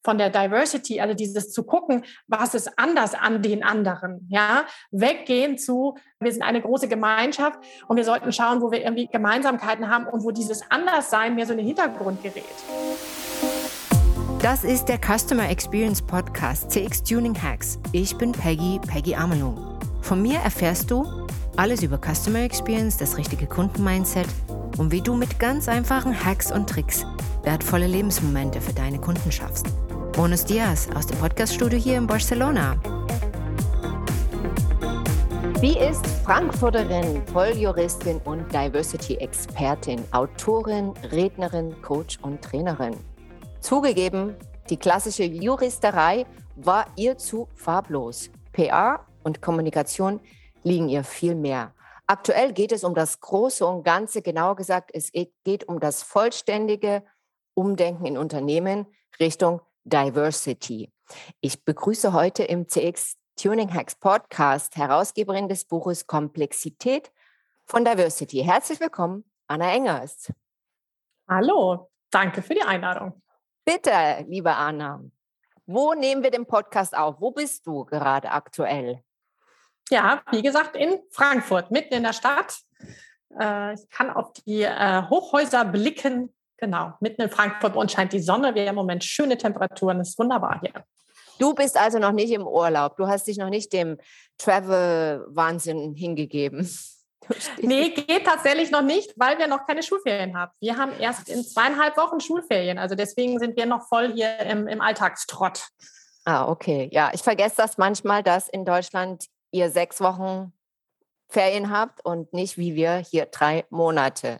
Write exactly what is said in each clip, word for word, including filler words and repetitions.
von der Diversity, also dieses zu gucken, was ist anders an den anderen, ja, weggehen zu, wir sind eine große Gemeinschaft und wir sollten schauen, wo wir irgendwie Gemeinsamkeiten haben und wo dieses Anderssein mehr so in den Hintergrund gerät. Das ist der Customer Experience Podcast C X Tuning Hacks. Ich bin Peggy, Peggy Amelung. Von mir erfährst du alles über Customer Experience, das richtige Kundenmindset und wie du mit ganz einfachen Hacks und Tricks wertvolle Lebensmomente für deine Kunden schaffst. Buenos Dias aus dem Podcaststudio hier in Barcelona. Sie ist Frankfurterin, Volljuristin und Diversity-Expertin, Autorin, Rednerin, Coach und Trainerin. Zugegeben, die klassische Juristerei war ihr zu farblos. P R und Kommunikation liegen ihr viel mehr. Aktuell geht es um das Große und Ganze, genauer gesagt, es geht um das vollständige Umdenken in Unternehmen Richtung Diversity. Ich begrüße heute im C X Tuning Hacks Podcast Herausgeberin des Buches Komplexität von Diversity. Herzlich willkommen, Anna Engers. Hallo, danke für die Einladung. Bitte, liebe Anna, wo nehmen wir den Podcast auf? Wo bist du gerade aktuell? Ja, wie gesagt, in Frankfurt, mitten in der Stadt. Ich kann auf die Hochhäuser blicken. Genau, mitten in Frankfurt, und scheint die Sonne. Wir haben im Moment schöne Temperaturen. Das ist wunderbar hier. Du bist also noch nicht im Urlaub. Du hast dich noch nicht dem Travel-Wahnsinn hingegeben. Nee, geht tatsächlich noch nicht, weil wir noch keine Schulferien haben. Wir haben erst in zweieinhalb Wochen Schulferien. Also deswegen sind wir noch voll hier im, im Alltagstrott. Ah, okay. Ja, ich vergesse das manchmal, dass in Deutschland ihr sechs Wochen Ferien habt und nicht wie wir hier drei Monate.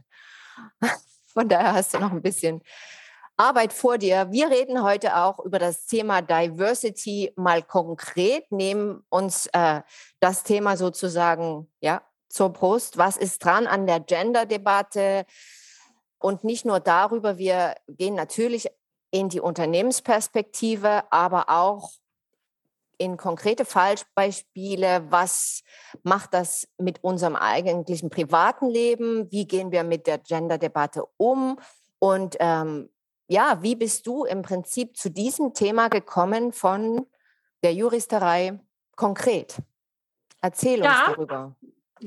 Von daher hast du noch ein bisschen Arbeit vor dir. Wir reden heute auch über das Thema Diversity mal konkret, nehmen uns äh, das Thema sozusagen, ja, zur Brust. Was ist dran an der Gender-Debatte? Und nicht nur darüber, wir gehen natürlich in die Unternehmensperspektive, aber auch in konkrete Fallbeispiele. Was macht das mit unserem eigentlichen privaten Leben? Wie gehen wir mit der Gender-Debatte um? Und ähm, ja, wie bist du im Prinzip zu diesem Thema gekommen von der Juristerei konkret? Erzähl uns ja. darüber.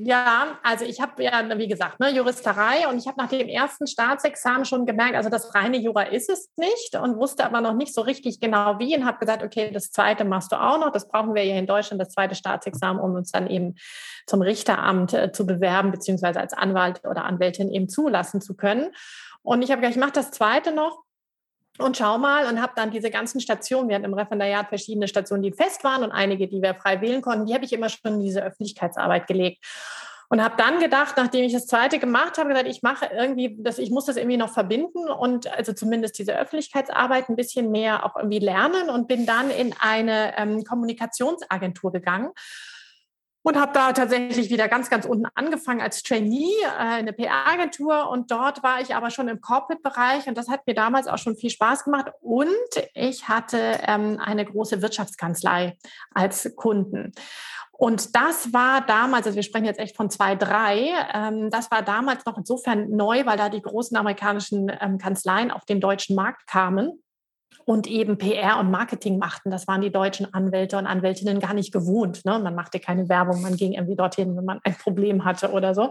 Ja, also ich habe ja, wie gesagt, ne, Juristerei, und ich habe nach dem ersten Staatsexamen schon gemerkt, also das reine Jura ist es nicht, und wusste aber noch nicht so richtig genau wie, und habe gesagt, okay, das zweite machst du auch noch, das brauchen wir ja in Deutschland, das zweite Staatsexamen, um uns dann eben zum Richteramt äh, zu bewerben, beziehungsweise als Anwalt oder Anwältin eben zulassen zu können. Und ich habe gesagt, ich mache das zweite noch. Und schau mal, und habe dann diese ganzen Stationen, wir hatten im Referendariat verschiedene Stationen, die fest waren, und einige, die wir frei wählen konnten, die habe ich immer schon in diese Öffentlichkeitsarbeit gelegt. Und habe dann gedacht, nachdem ich das zweite gemacht habe, gesagt, ich mache irgendwie, das, ich muss das irgendwie noch verbinden und also zumindest diese Öffentlichkeitsarbeit ein bisschen mehr auch irgendwie lernen, und bin dann in eine ähm, Kommunikationsagentur gegangen. Und habe da tatsächlich wieder ganz, ganz unten angefangen als Trainee, äh, eine P R-Agentur. Und dort war ich aber schon im Corporate-Bereich. Und das hat mir damals auch schon viel Spaß gemacht. Und ich hatte ähm, eine große Wirtschaftskanzlei als Kunden. Und das war damals, also wir sprechen jetzt echt von zwei, drei, ähm, das war damals noch insofern neu, weil da die großen amerikanischen ähm, Kanzleien auf den deutschen Markt kamen und eben P R und Marketing machten. Das waren die deutschen Anwälte und Anwältinnen gar nicht gewohnt. Ne? Man machte keine Werbung, man ging irgendwie dorthin, wenn man ein Problem hatte oder so.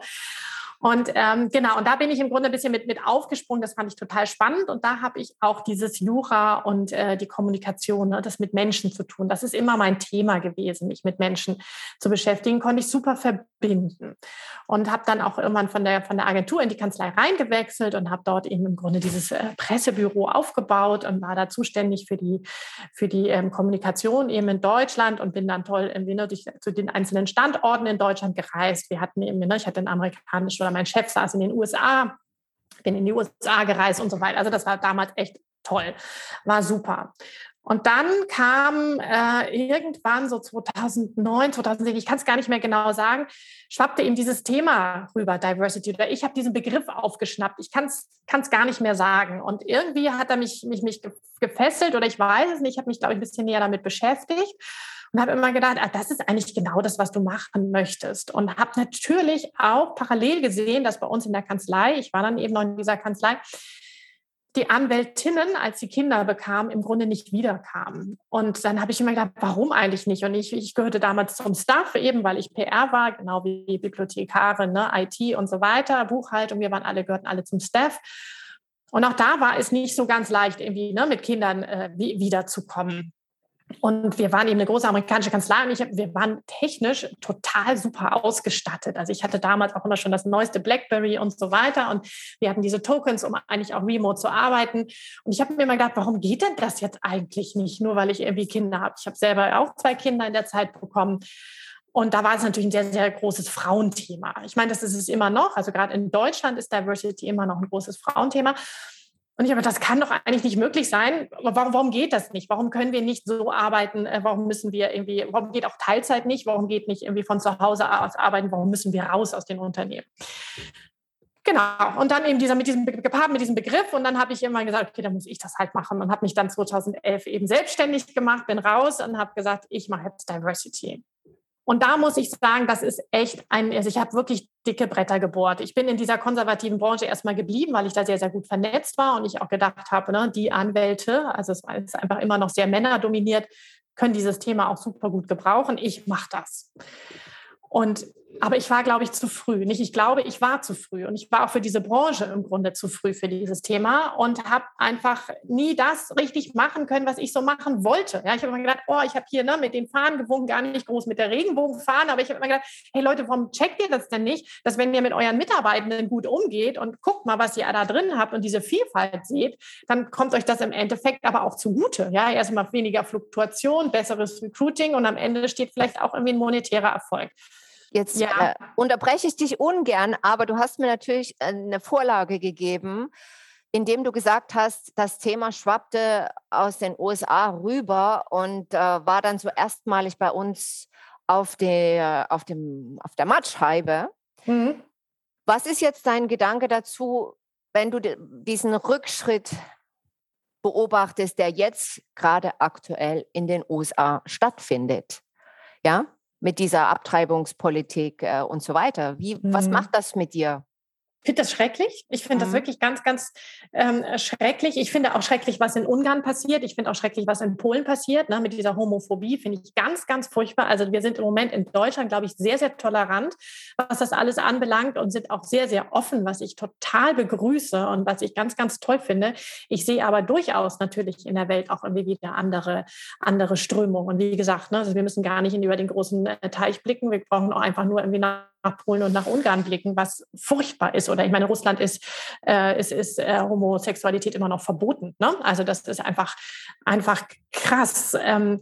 Und ähm, genau, und da bin ich im Grunde ein bisschen mit, mit aufgesprungen. Das fand ich total spannend. Und da habe ich auch dieses Jura und äh, die Kommunikation, ne, das mit Menschen zu tun. Das ist immer mein Thema gewesen, mich mit Menschen zu beschäftigen. Konnte ich super verbinden. Und habe dann auch irgendwann von der, von der Agentur in die Kanzlei reingewechselt und habe dort eben im Grunde dieses äh, Pressebüro aufgebaut und war da zuständig für die, für die ähm, Kommunikation eben in Deutschland, und bin dann toll irgendwie, ne, durch, zu den einzelnen Standorten in Deutschland gereist. Wir hatten eben, ne, ich hatte einen amerikanischen, oder mein Chef saß in den U S A, bin in die U S A gereist und so weiter. Also das war damals echt toll, war super. Und dann kam äh, irgendwann so zweitausendneun, zweitausendzehn, ich kann es gar nicht mehr genau sagen, schwappte eben dieses Thema rüber, Diversity. Oder ich habe diesen Begriff aufgeschnappt. Ich kann es gar nicht mehr sagen. Und irgendwie hat er mich, mich, mich gefesselt, oder ich weiß es nicht. Ich habe mich, glaube ich, ein bisschen näher damit beschäftigt. Und habe immer gedacht, ah, das ist eigentlich genau das, was du machen möchtest. Und habe natürlich auch parallel gesehen, dass bei uns in der Kanzlei, ich war dann eben noch in dieser Kanzlei, die Anwältinnen, als sie Kinder bekamen, im Grunde nicht wiederkamen. Und dann habe ich immer gedacht, warum eigentlich nicht? Und ich, ich gehörte damals zum Staff, eben weil ich P R war, genau wie Bibliothekarin, ne, I T und so weiter, Buchhaltung, wir waren alle, gehörten alle zum Staff. Und auch da war es nicht so ganz leicht, irgendwie ne, mit Kindern äh, wiederzukommen. Und wir waren eben eine große amerikanische Kanzlei und ich, wir waren technisch total super ausgestattet. Also ich hatte damals auch immer schon das neueste BlackBerry und so weiter und wir hatten diese Tokens, um eigentlich auch remote zu arbeiten. Und ich habe mir immer gedacht, warum geht denn das jetzt eigentlich nicht? Nur weil ich irgendwie Kinder habe. Ich habe selber auch zwei Kinder in der Zeit bekommen. Und da war es natürlich ein sehr, sehr großes Frauenthema. Ich meine, das ist es immer noch. Also gerade in Deutschland ist Diversity immer noch ein großes Frauenthema. Und ich habe, das kann doch eigentlich nicht möglich sein. Warum, warum geht das nicht? Warum können wir nicht so arbeiten? Warum müssen wir irgendwie, warum geht auch Teilzeit nicht? Warum geht nicht irgendwie von zu Hause aus arbeiten? Warum müssen wir raus aus den Unternehmen? Genau. Und dann eben dieser, mit diesem, gepaart mit diesem Begriff. Und dann habe ich immer gesagt, okay, dann muss ich das halt machen. Und habe mich dann zweitausendelf eben selbstständig gemacht, bin raus und habe gesagt, ich mache jetzt Diversity. Und da muss ich sagen, das ist echt ein, also ich habe wirklich dicke Bretter gebohrt. Ich bin in dieser konservativen Branche erstmal geblieben, weil ich da sehr, sehr gut vernetzt war und ich auch gedacht habe, ne, die Anwälte, also es ist einfach immer noch sehr männerdominiert, können dieses Thema auch super gut gebrauchen. Ich mache das. Und aber ich war, glaube ich, zu früh. Nicht, ich glaube, ich war zu früh. Und ich war auch für diese Branche im Grunde zu früh für dieses Thema und habe einfach nie das richtig machen können, was ich so machen wollte. Ja, ich habe immer gedacht, oh, ich habe hier ne, mit den Fahnen gewunken, gar nicht groß mit der Regenbogenfahne, aber ich habe immer gedacht, hey Leute, warum checkt ihr das denn nicht, dass wenn ihr mit euren Mitarbeitenden gut umgeht und guckt mal, was ihr da drin habt und diese Vielfalt seht, dann kommt euch das im Endeffekt aber auch zugute. Ja, erstmal weniger Fluktuation, besseres Recruiting und am Ende steht vielleicht auch irgendwie ein monetärer Erfolg. Jetzt ja. äh, unterbreche ich dich ungern, aber du hast mir natürlich eine Vorlage gegeben, indem du gesagt hast, das Thema schwappte aus den U S A rüber und äh, war dann so erstmalig bei uns auf der, auf dem, auf der Mattscheibe. Mhm. Was ist jetzt dein Gedanke dazu, wenn du diesen Rückschritt beobachtest, der jetzt gerade aktuell in den U S A stattfindet? Ja? Mit dieser Abtreibungspolitik äh, und so weiter. Wie, mhm. Was macht das mit dir? Ich finde das schrecklich. Ich finde mhm. das wirklich ganz, ganz ähm, schrecklich. Ich finde auch schrecklich, was in Ungarn passiert. Ich finde auch schrecklich, was in Polen passiert. Ne, mit dieser Homophobie finde ich ganz, ganz furchtbar. Also wir sind im Moment in Deutschland, glaube ich, sehr, sehr tolerant, was das alles anbelangt und sind auch sehr, sehr offen, was ich total begrüße und was ich ganz, ganz toll finde. Ich sehe aber durchaus natürlich in der Welt auch irgendwie wieder andere, andere Strömungen. Und wie gesagt, ne, also wir müssen gar nicht in, über den großen Teich blicken. Wir brauchen auch einfach nur irgendwie nach nach Polen und nach Ungarn blicken, was furchtbar ist. Oder ich meine, Russland ist, äh, ist, ist äh, Homosexualität immer noch verboten. Ne? Also das ist einfach, einfach krass. Ähm,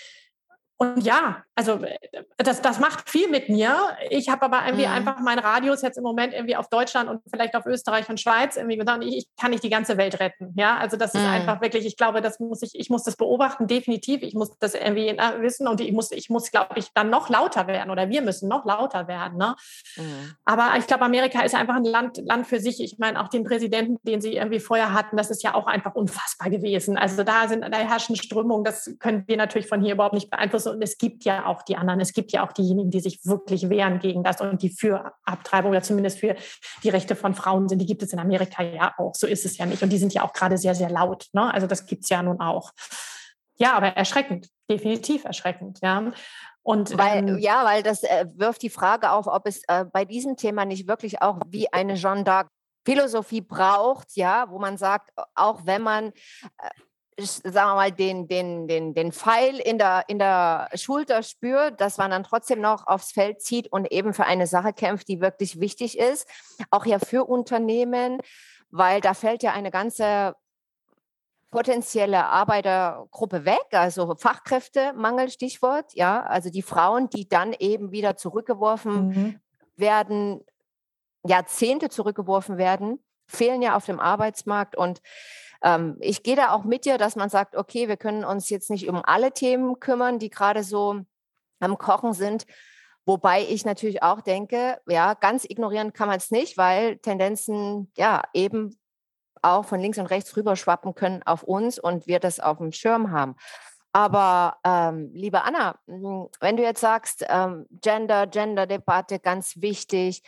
und ja, also das, das macht viel mit mir. Ich habe aber irgendwie mhm. einfach meinen Radius jetzt im Moment irgendwie auf Deutschland und vielleicht auf Österreich und Schweiz irgendwie gesagt, ich, ich kann nicht die ganze Welt retten. Ja, also das mhm. ist einfach wirklich, ich glaube, das muss ich, ich muss das beobachten, definitiv. Ich muss das irgendwie na, wissen und ich muss, ich muss, glaube ich, dann noch lauter werden oder wir müssen noch lauter werden. Ne? Mhm. Aber ich glaube, Amerika ist einfach ein Land, Land für sich. Ich meine, auch den Präsidenten, den sie irgendwie vorher hatten, das ist ja auch einfach unfassbar gewesen. Also da sind, da herrschen Strömungen, das können wir natürlich von hier überhaupt nicht beeinflussen. Und es gibt ja auch die anderen, es gibt ja auch diejenigen, die sich wirklich wehren gegen das und die für Abtreibung oder zumindest für die Rechte von Frauen sind. Die gibt es in Amerika ja auch, so ist es ja nicht. Und die sind ja auch gerade sehr, sehr laut. Ne? Also das gibt es ja nun auch. Ja, aber erschreckend, definitiv erschreckend. Ja. Und, weil, ähm, ja, weil das äh, wirft die Frage auf, ob es äh, bei diesem Thema nicht wirklich auch wie eine Jeanne d'Arc Philosophie braucht, ja, wo man sagt, auch wenn man äh, sagen wir mal, den, den, den, den Pfeil in der, in der Schulter spürt, dass man dann trotzdem noch aufs Feld zieht und eben für eine Sache kämpft, die wirklich wichtig ist, auch ja für Unternehmen, weil da fällt ja eine ganze potenzielle Arbeitergruppe weg, also Fachkräftemangel, Stichwort, ja, also die Frauen, die dann eben wieder zurückgeworfen mhm. werden, Jahrzehnte zurückgeworfen werden, fehlen ja auf dem Arbeitsmarkt und ähm, ich gehe da auch mit dir, dass man sagt, okay, wir können uns jetzt nicht um alle Themen kümmern, die gerade so am Kochen sind, wobei ich natürlich auch denke, ja, ganz ignorieren kann man es nicht, weil Tendenzen ja eben auch von links und rechts rüberschwappen können auf uns und wir das auf dem Schirm haben. Aber ähm, liebe Anna, wenn du jetzt sagst, ähm, Gender, Gender-Debatte, ganz wichtig,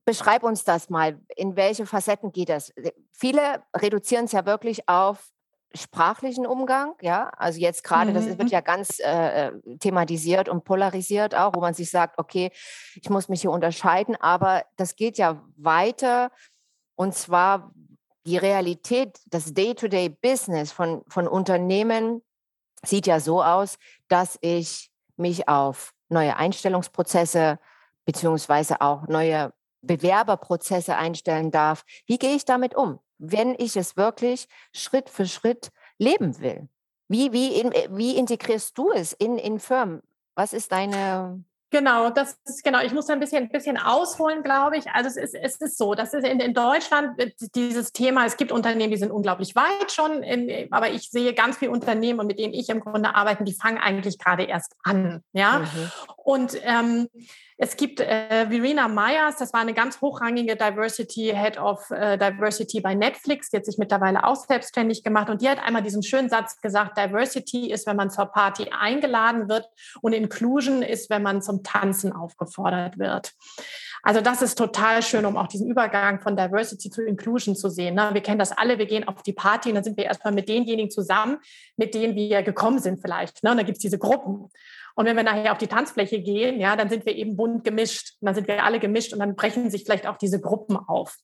beschreib uns das mal. In welche Facetten geht das? Viele reduzieren es ja wirklich auf sprachlichen Umgang, ja, also jetzt gerade, das wird Mhm. ja ganz äh, thematisiert und polarisiert auch, wo man sich sagt, okay, ich muss mich hier unterscheiden, aber das geht ja weiter und zwar die Realität, das Day-to-Day-Business von, von Unternehmen sieht ja so aus, dass ich mich auf neue Einstellungsprozesse beziehungsweise auch neue Bewerberprozesse einstellen darf. Wie gehe ich damit um, wenn ich es wirklich Schritt für Schritt leben will? Wie, wie, in, wie integrierst du es in, in Firmen? Was ist deine... Genau, das ist genau. Ich muss da ein bisschen, ein bisschen ausholen, glaube ich. Also es ist, es ist so, das ist in, in Deutschland dieses Thema. Es gibt Unternehmen, die sind unglaublich weit schon, in, aber ich sehe ganz viele Unternehmen, mit denen ich im Grunde arbeite, die fangen eigentlich gerade erst an, ja. Mhm. Und ähm, es gibt äh, Verena Myers, das war eine ganz hochrangige Diversity Head of äh, Diversity bei Netflix, die hat sich mittlerweile auch selbstständig gemacht und die hat einmal diesen schönen Satz gesagt: Diversity ist, wenn man zur Party eingeladen wird, und Inclusion ist, wenn man zum Tanzen aufgefordert wird. Also das ist total schön, um auch diesen Übergang von Diversity zu Inclusion zu sehen. Wir kennen das alle, wir gehen auf die Party und dann sind wir erstmal mit denjenigen zusammen, mit denen wir gekommen sind vielleicht. Und dann gibt es diese Gruppen. Und wenn wir nachher auf die Tanzfläche gehen, ja, dann sind wir eben bunt gemischt. Und dann sind wir alle gemischt und dann brechen sich vielleicht auch diese Gruppen auf.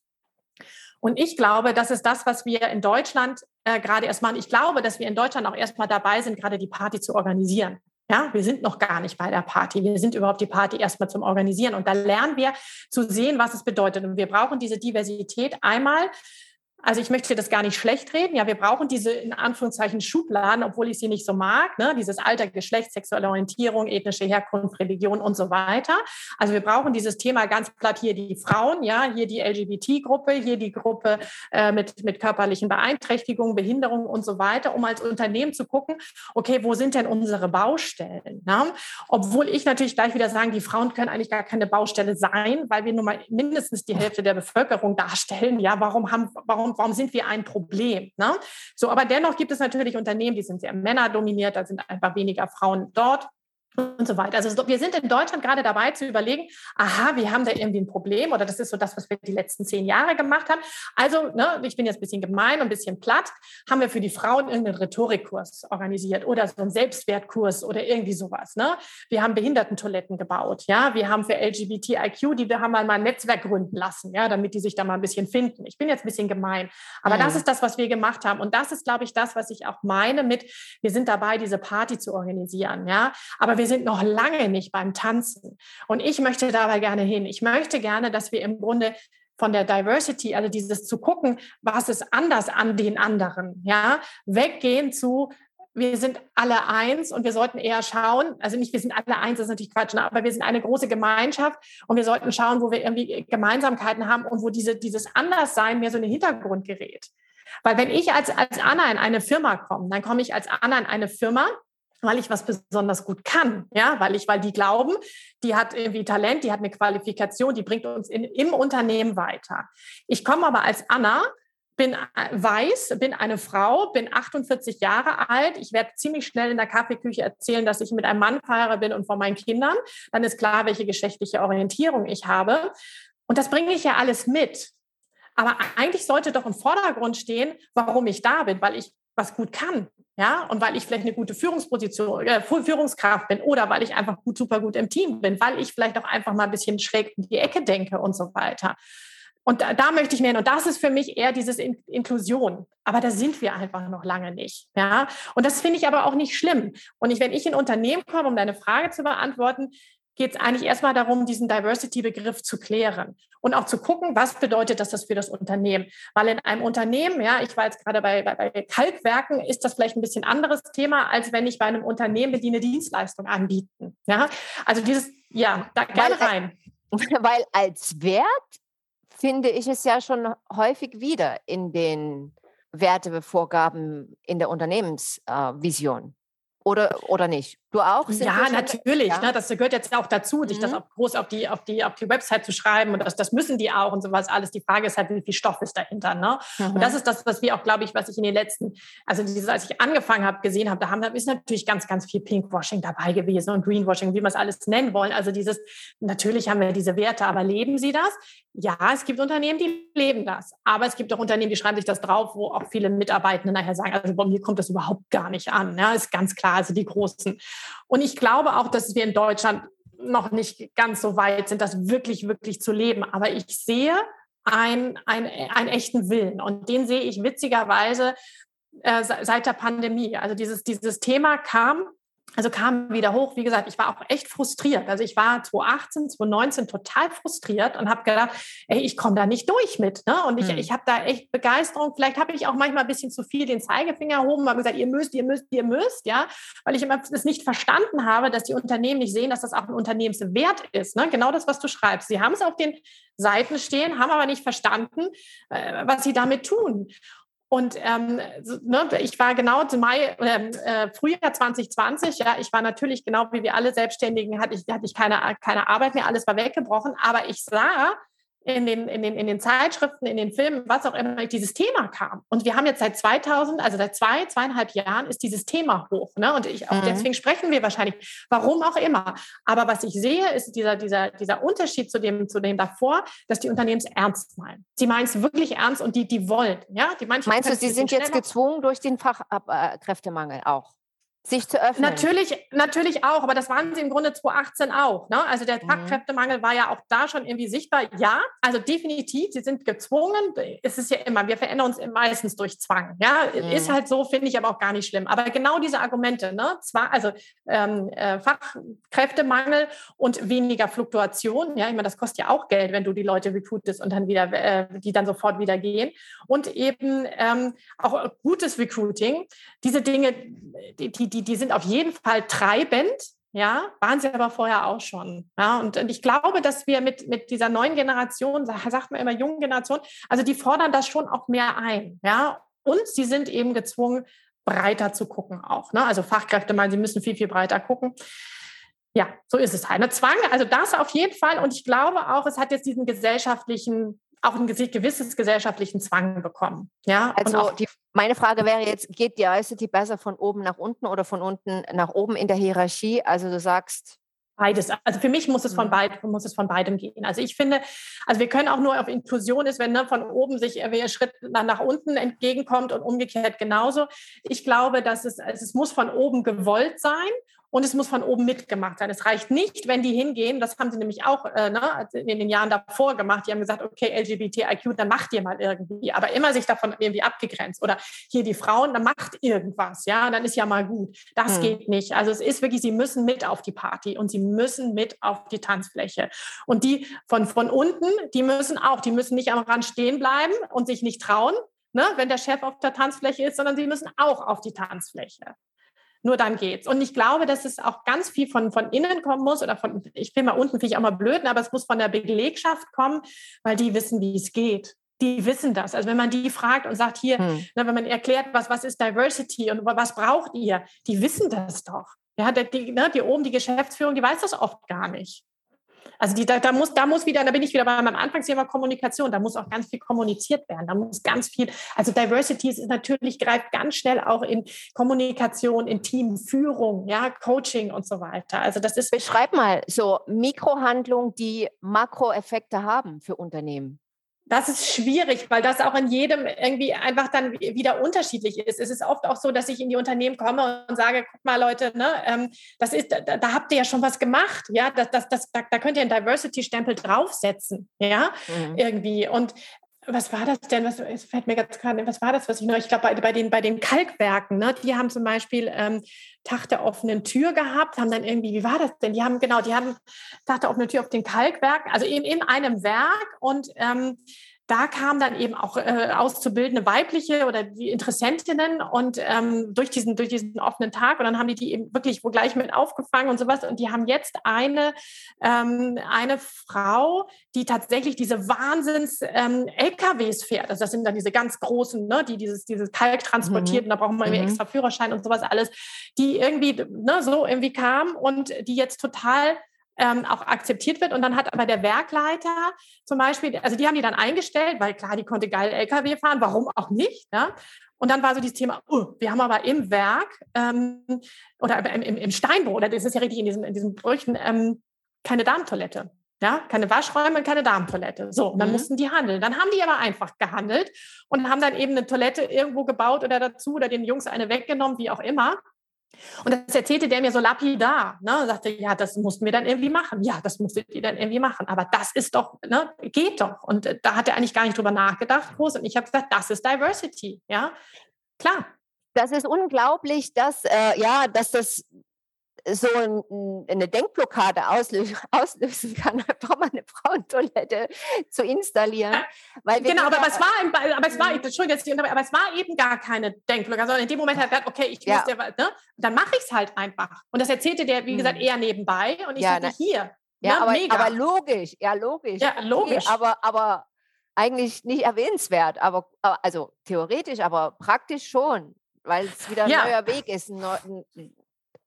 Und ich glaube, das ist das, was wir in Deutschland äh, gerade erst machen. Ich glaube, dass wir in Deutschland auch erstmal dabei sind, gerade die Party zu organisieren. Ja, wir sind noch gar nicht bei der Party. Wir sind überhaupt die Party erstmal zum Organisieren. Und da lernen wir zu sehen, was es bedeutet. Und wir brauchen diese Diversität einmal. Also ich möchte das gar nicht schlecht reden. Ja, wir brauchen diese in Anführungszeichen Schubladen, obwohl ich sie nicht so mag. Ne? Dieses Alter, Geschlecht, sexuelle Orientierung, ethnische Herkunft, Religion und so weiter. Also wir brauchen dieses Thema ganz platt, hier die Frauen, ja, hier die L G B T-Gruppe, hier die Gruppe äh, mit, mit körperlichen Beeinträchtigungen, Behinderungen und so weiter, um als Unternehmen zu gucken, okay, wo sind denn unsere Baustellen? Ne? Obwohl ich natürlich gleich wieder sagen, die Frauen können eigentlich gar keine Baustelle sein, weil wir nun mal mindestens die Hälfte der Bevölkerung darstellen. Ja, warum haben, warum Warum sind wir ein Problem? Ne? So, aber dennoch gibt es natürlich Unternehmen, die sind sehr männerdominiert, da sind einfach weniger Frauen dort und so weiter. Also wir sind in Deutschland gerade dabei zu überlegen, aha, wir haben da irgendwie ein Problem oder das ist so das, was wir die letzten zehn Jahre gemacht haben. Also, ne, ich bin jetzt ein bisschen gemein und ein bisschen platt, haben wir für die Frauen irgendeinen Rhetorikkurs organisiert oder so einen Selbstwertkurs oder irgendwie sowas. Ne? Wir haben Behindertentoiletten gebaut, ja, wir haben für L G B T I Q, die wir haben mal ein Netzwerk gründen lassen, ja, damit die sich da mal ein bisschen finden. Ich bin jetzt ein bisschen gemein, aber mhm. das ist das, was wir gemacht haben und das ist, glaube ich, das, was ich auch meine mit, wir sind dabei, diese Party zu organisieren, ja, aber wir Wir sind noch lange nicht beim Tanzen. Und ich möchte dabei gerne hin. Ich möchte gerne, dass wir im Grunde von der Diversity, also dieses zu gucken, was ist anders an den anderen, ja, weggehen zu, wir sind alle eins und wir sollten eher schauen, also nicht, wir sind alle eins, das ist natürlich Quatsch, ne, aber wir sind eine große Gemeinschaft und wir sollten schauen, wo wir irgendwie Gemeinsamkeiten haben und wo diese, dieses Anderssein mehr so in den Hintergrund gerät. Weil wenn ich als, als Anna in eine Firma komme, dann komme ich als Anna in eine Firma, weil ich was besonders gut kann, ja, weil ich, weil die glauben, die hat irgendwie Talent, die hat eine Qualifikation, die bringt uns in, im Unternehmen weiter. Ich komme aber als Anna, bin weiß, bin eine Frau, bin achtundvierzig Jahre alt. Ich werde ziemlich schnell in der Kaffeeküche erzählen, dass ich mit einem Mann verheiratet bin und von meinen Kindern. Dann ist klar, welche geschlechtliche Orientierung ich habe. Und das bringe ich ja alles mit. Aber eigentlich sollte doch im Vordergrund stehen, warum ich da bin, weil ich was gut kann, ja, und weil ich vielleicht eine gute Führungsposition, äh, Führungskraft bin oder weil ich einfach gut, super gut im Team bin, weil ich vielleicht auch einfach mal ein bisschen schräg in die Ecke denke und so weiter. Und da, da möchte ich mehr hin. Und das ist für mich eher dieses in Inklusion. Aber da sind wir einfach noch lange nicht, ja. Und das finde ich aber auch nicht schlimm. Und ich, wenn ich in Unternehmen komme, um deine Frage zu beantworten, geht es eigentlich erstmal darum, diesen Diversity-Begriff zu klären und auch zu gucken, was bedeutet das, das für das Unternehmen. Weil in einem Unternehmen, ja, ich war jetzt gerade bei, bei, bei Kalkwerken, ist das vielleicht ein bisschen anderes Thema, als wenn ich bei einem Unternehmen bin, die eine Dienstleistung anbieten. Ja, also dieses, ja, da gerne weil, rein. Weil als Wert finde ich es ja schon häufig wieder in den Wertevorgaben in der Unternehmensvision. Oder, oder nicht? Du auch? Sind ja, schon, natürlich. ja? Ne, das gehört jetzt auch dazu, dich mhm. das auch groß auf die, auf, die, auf die Website zu schreiben. Und das, das müssen die auch und sowas alles. Die Frage ist halt, wie viel Stoff ist dahinter. Ne? Mhm. Und das ist das, was wir auch, glaube ich, was ich in den letzten, also dieses, als ich angefangen habe, gesehen habe, da haben, da ist natürlich ganz, ganz viel Pinkwashing dabei gewesen und Greenwashing, wie wir es alles nennen wollen. Also dieses, natürlich haben wir diese Werte, aber leben sie das? Ja, es gibt Unternehmen, die leben das. Aber es gibt auch Unternehmen, die schreiben sich das drauf, wo auch viele Mitarbeitende nachher sagen, also bei mir kommt das überhaupt gar nicht an. Ja, ist ganz klar, also die Großen. Und ich glaube auch, dass wir in Deutschland noch nicht ganz so weit sind, das wirklich, wirklich zu leben. Aber ich sehe ein, ein, einen echten Willen. Und den sehe ich witzigerweise äh, seit der Pandemie. Also dieses, dieses Thema kam, also kam wieder hoch. Wie gesagt, ich war auch echt frustriert. Also ich war zwanzig achtzehn, zwanzig neunzehn total frustriert und habe gedacht, ey, ich komme da nicht durch mit. Ne? Und ich, hm. ich habe da echt Begeisterung. Vielleicht habe ich auch manchmal ein bisschen zu viel den Zeigefinger erhoben, habe gesagt, ihr müsst, ihr müsst, ihr müsst, ja, weil ich immer das nicht verstanden habe, dass die Unternehmen nicht sehen, dass das auch ein Unternehmenswert ist. Ne? Genau das, was du schreibst. Sie haben es auf den Seiten stehen, haben aber nicht verstanden, äh, was sie damit tun. Und ähm, ne, ich war genau zum Mai, äh, Frühjahr zwanzig zwanzig, ja, ich war natürlich genau wie wir alle Selbstständigen, hatte ich, hatte ich keine, keine Arbeit mehr, alles war weggebrochen, aber ich sah in den, in den, in den Zeitschriften, in den Filmen, was auch immer, dieses Thema kam. Und wir haben jetzt seit zweitausend, also seit zwei, zweieinhalb Jahren ist dieses Thema hoch. Ne? Und ich, auch mhm. deswegen sprechen wir wahrscheinlich, warum auch immer. Aber was ich sehe, ist dieser, dieser, dieser Unterschied zu dem, zu dem davor, dass die Unternehmen es ernst meinen. Sie meinen es wirklich ernst und die, die wollen. Ja? Die Meinst du, sie sind jetzt gezwungen durch den Fachkräftemangel auch? Sich zu öffnen? Natürlich, natürlich auch, aber das waren sie im Grunde zwanzig achtzehn auch. Ne? Also der mhm. Fachkräftemangel war ja auch da schon irgendwie sichtbar. Ja, also definitiv, sie sind gezwungen. Es ist ja immer, wir verändern uns meistens durch Zwang. Ja, mhm. ist halt so, finde ich aber auch gar nicht schlimm. Aber genau diese Argumente, ne? Zwar, also ähm, äh, Fachkräftemangel und weniger Fluktuation. Ja, ich meine, das kostet ja auch Geld, wenn du die Leute recruitest und dann wieder, äh, die dann sofort wieder gehen. Und eben ähm, auch gutes Recruiting. Diese Dinge, die, die Die, die sind auf jeden Fall treibend, ja, waren sie aber vorher auch schon. Ja, und, und ich glaube, dass wir mit, mit dieser neuen Generation, sagt man immer jungen Generation, also die fordern das schon auch mehr ein. Ja, und sie sind eben gezwungen, breiter zu gucken auch. Ne? Also Fachkräfte meinen, sie müssen viel, viel breiter gucken. Ja, so ist es halt. Ne? Zwang, also das auf jeden Fall. Und ich glaube auch, es hat jetzt diesen gesellschaftlichen, auch ein gewisses gesellschaftlichen Zwang bekommen. Ja, also und auch die, meine Frage wäre jetzt, geht die Diversity besser von oben nach unten oder von unten nach oben in der Hierarchie? Also du sagst... Beides. Also für mich muss es von beidem, muss es von beidem gehen. Also ich finde, also wir können auch nur auf Inklusion ist, wenn ne, von oben sich ein Schritt nach, nach unten entgegenkommt und umgekehrt genauso. Ich glaube, dass es, es muss von oben gewollt sein. Und es muss von oben mitgemacht sein. Es reicht nicht, wenn die hingehen, das haben sie nämlich auch äh, ne, in den Jahren davor gemacht, die haben gesagt, okay, L G B T I Q, dann macht ihr mal irgendwie, aber immer sich davon irgendwie abgegrenzt. Oder hier die Frauen, dann macht irgendwas, ja, dann ist ja mal gut. Das hm. geht nicht. Also es ist wirklich, sie müssen mit auf die Party und sie müssen mit auf die Tanzfläche. Und die von, von unten, die müssen auch, die müssen nicht am Rand stehen bleiben und sich nicht trauen, ne, wenn der Chef auf der Tanzfläche ist, sondern sie müssen auch auf die Tanzfläche. Nur dann geht's. Und ich glaube, dass es auch ganz viel von, von innen kommen muss oder von, ich bin mal unten, finde ich auch mal blöd, aber es muss von der Belegschaft kommen, weil die wissen, wie es geht. Die wissen das. Also wenn man die fragt und sagt, hier, hm. ne, wenn man erklärt, was, was ist Diversity und was braucht ihr, die wissen das doch. Ja, die, ne, die oben, die Geschäftsführung, die weiß das oft gar nicht. Also die, da, da, muss, da muss wieder, da bin ich wieder bei meinem Anfangsthema Kommunikation, da muss auch ganz viel kommuniziert werden, da muss ganz viel, also Diversity ist natürlich, greift ganz schnell auch in Kommunikation, in Teamführung, ja, Coaching und so weiter. Also das ist... Beschreib mal so Mikrohandlungen, die Makroeffekte haben für Unternehmen. Das ist schwierig, weil das auch in jedem irgendwie einfach dann wieder unterschiedlich ist. Es ist oft auch so, dass ich in die Unternehmen komme und sage, guck mal Leute, ne, ähm, das ist, da, da habt ihr ja schon was gemacht, ja, das, das, das, da, da könnt ihr einen Diversity-Stempel draufsetzen, ja, mhm. irgendwie. Und was war das denn? Was, es fällt mir ganz klar, was war das, was ich noch, ich glaube, bei, bei, den, bei den Kalkwerken, ne, die haben zum Beispiel ähm, Tag der offenen Tür gehabt, haben dann irgendwie, wie war das denn? Die haben, genau, die haben Tag der offenen Tür auf den Kalkwerken, also in, in einem Werk und ähm, da kamen dann eben auch äh, auszubildende weibliche oder die Interessentinnen und ähm, durch diesen durch diesen offenen Tag und dann haben die die eben wirklich wo gleich mit aufgefangen und sowas und die haben jetzt eine ähm, eine Frau, die tatsächlich diese Wahnsinns ähm, L K Ws fährt. Also das sind dann diese ganz großen, ne, die dieses dieses Kalk transportiert mhm. und da braucht man irgendwie mhm. extra Führerschein und sowas alles, die irgendwie ne, so irgendwie kam und die jetzt total Ähm, auch akzeptiert wird. Und dann hat aber der Werkleiter zum Beispiel, also die haben die dann eingestellt, weil klar, die konnte geil L K W fahren, warum auch nicht. Ja? Und dann war so dieses Thema, oh, wir haben aber im Werk ähm, oder im, im, im Steinbruch, oder das ist ja richtig in diesen, in diesen Brüchen, ähm, keine Damentoilette. Ja, keine Waschräume und keine Damentoilette. So, und dann mhm. mussten die handeln. Dann haben die aber einfach gehandelt und haben dann eben eine Toilette irgendwo gebaut oder dazu oder den Jungs eine weggenommen, wie auch immer. Und das erzählte der mir so lapidar, ne? Und sagte, ja, das mussten wir dann irgendwie machen. Ja, das musstet ihr dann irgendwie machen. Aber das ist doch, ne, geht doch. Und äh, da hat er eigentlich gar nicht drüber nachgedacht, groß. Und ich habe gesagt, das ist Diversity, ja, klar. Das ist unglaublich, dass, äh, ja, dass das so ein, eine Denkblockade auslösen, auslösen kann, einfach mal eine Frauentoilette zu installieren. Weil genau, aber, aber es war, aber es war, Entschuldigung, aber es war eben gar keine Denkblockade, sondern in dem Moment hat er gedacht, okay, ich muss, ja. der, ne, dann mache ich es halt einfach. Und das erzählte der, wie gesagt, eher nebenbei. Und ich ja, sagte, hier, ja, ne, aber, mega. aber logisch, ja, logisch. Ja, logisch. Okay, aber, aber eigentlich nicht erwähnenswert, aber also theoretisch, aber praktisch schon, weil es wieder ein ja. neuer Weg ist, ein, ein,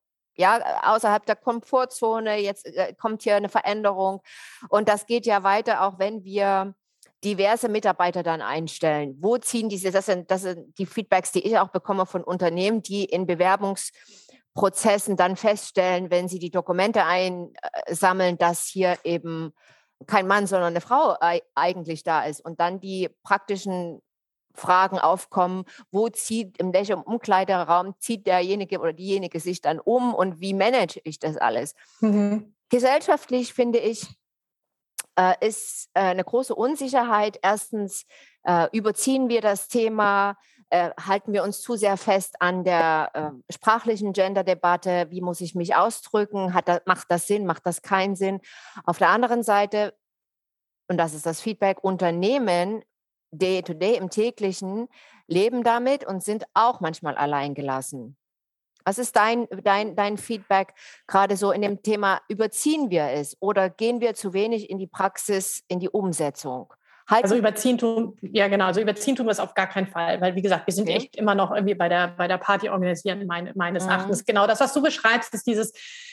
ja, außerhalb der Komfortzone, jetzt äh, kommt hier eine Veränderung und das geht ja weiter, auch wenn wir diverse Mitarbeiter dann einstellen. Wo ziehen diese, das sind, das sind die Feedbacks, die ich auch bekomme von Unternehmen, die in Bewerbungsprozessen dann feststellen, wenn sie die Dokumente einsammeln, dass hier eben kein Mann, sondern eine Frau eigentlich da ist und dann die praktischen Fragen aufkommen, wo zieht, in welchem Umkleideraum zieht derjenige oder diejenige sich dann um und wie manage ich das alles? Mhm. Gesellschaftlich finde ich, äh, ist äh, eine große Unsicherheit. Erstens äh, überziehen wir das Thema, äh, halten wir uns zu sehr fest an der äh, sprachlichen Gender-Debatte, wie muss ich mich ausdrücken, hat das, macht das Sinn, macht das keinen Sinn? Auf der anderen Seite, und das ist das Feedback, Unternehmen Day-to-Day im täglichen leben damit und sind auch manchmal alleingelassen. Was ist dein, dein, dein Feedback gerade so in dem Thema, überziehen wir es oder gehen wir zu wenig in die Praxis, in die Umsetzung? Halten also überziehen tun, ja genau, also überziehen tun wir es auf gar keinen Fall, weil wie gesagt, wir sind okay. echt immer noch irgendwie bei der, bei der Party organisieren, meine, meines mhm. Erachtens. Genau das, was du beschreibst, ist dieses,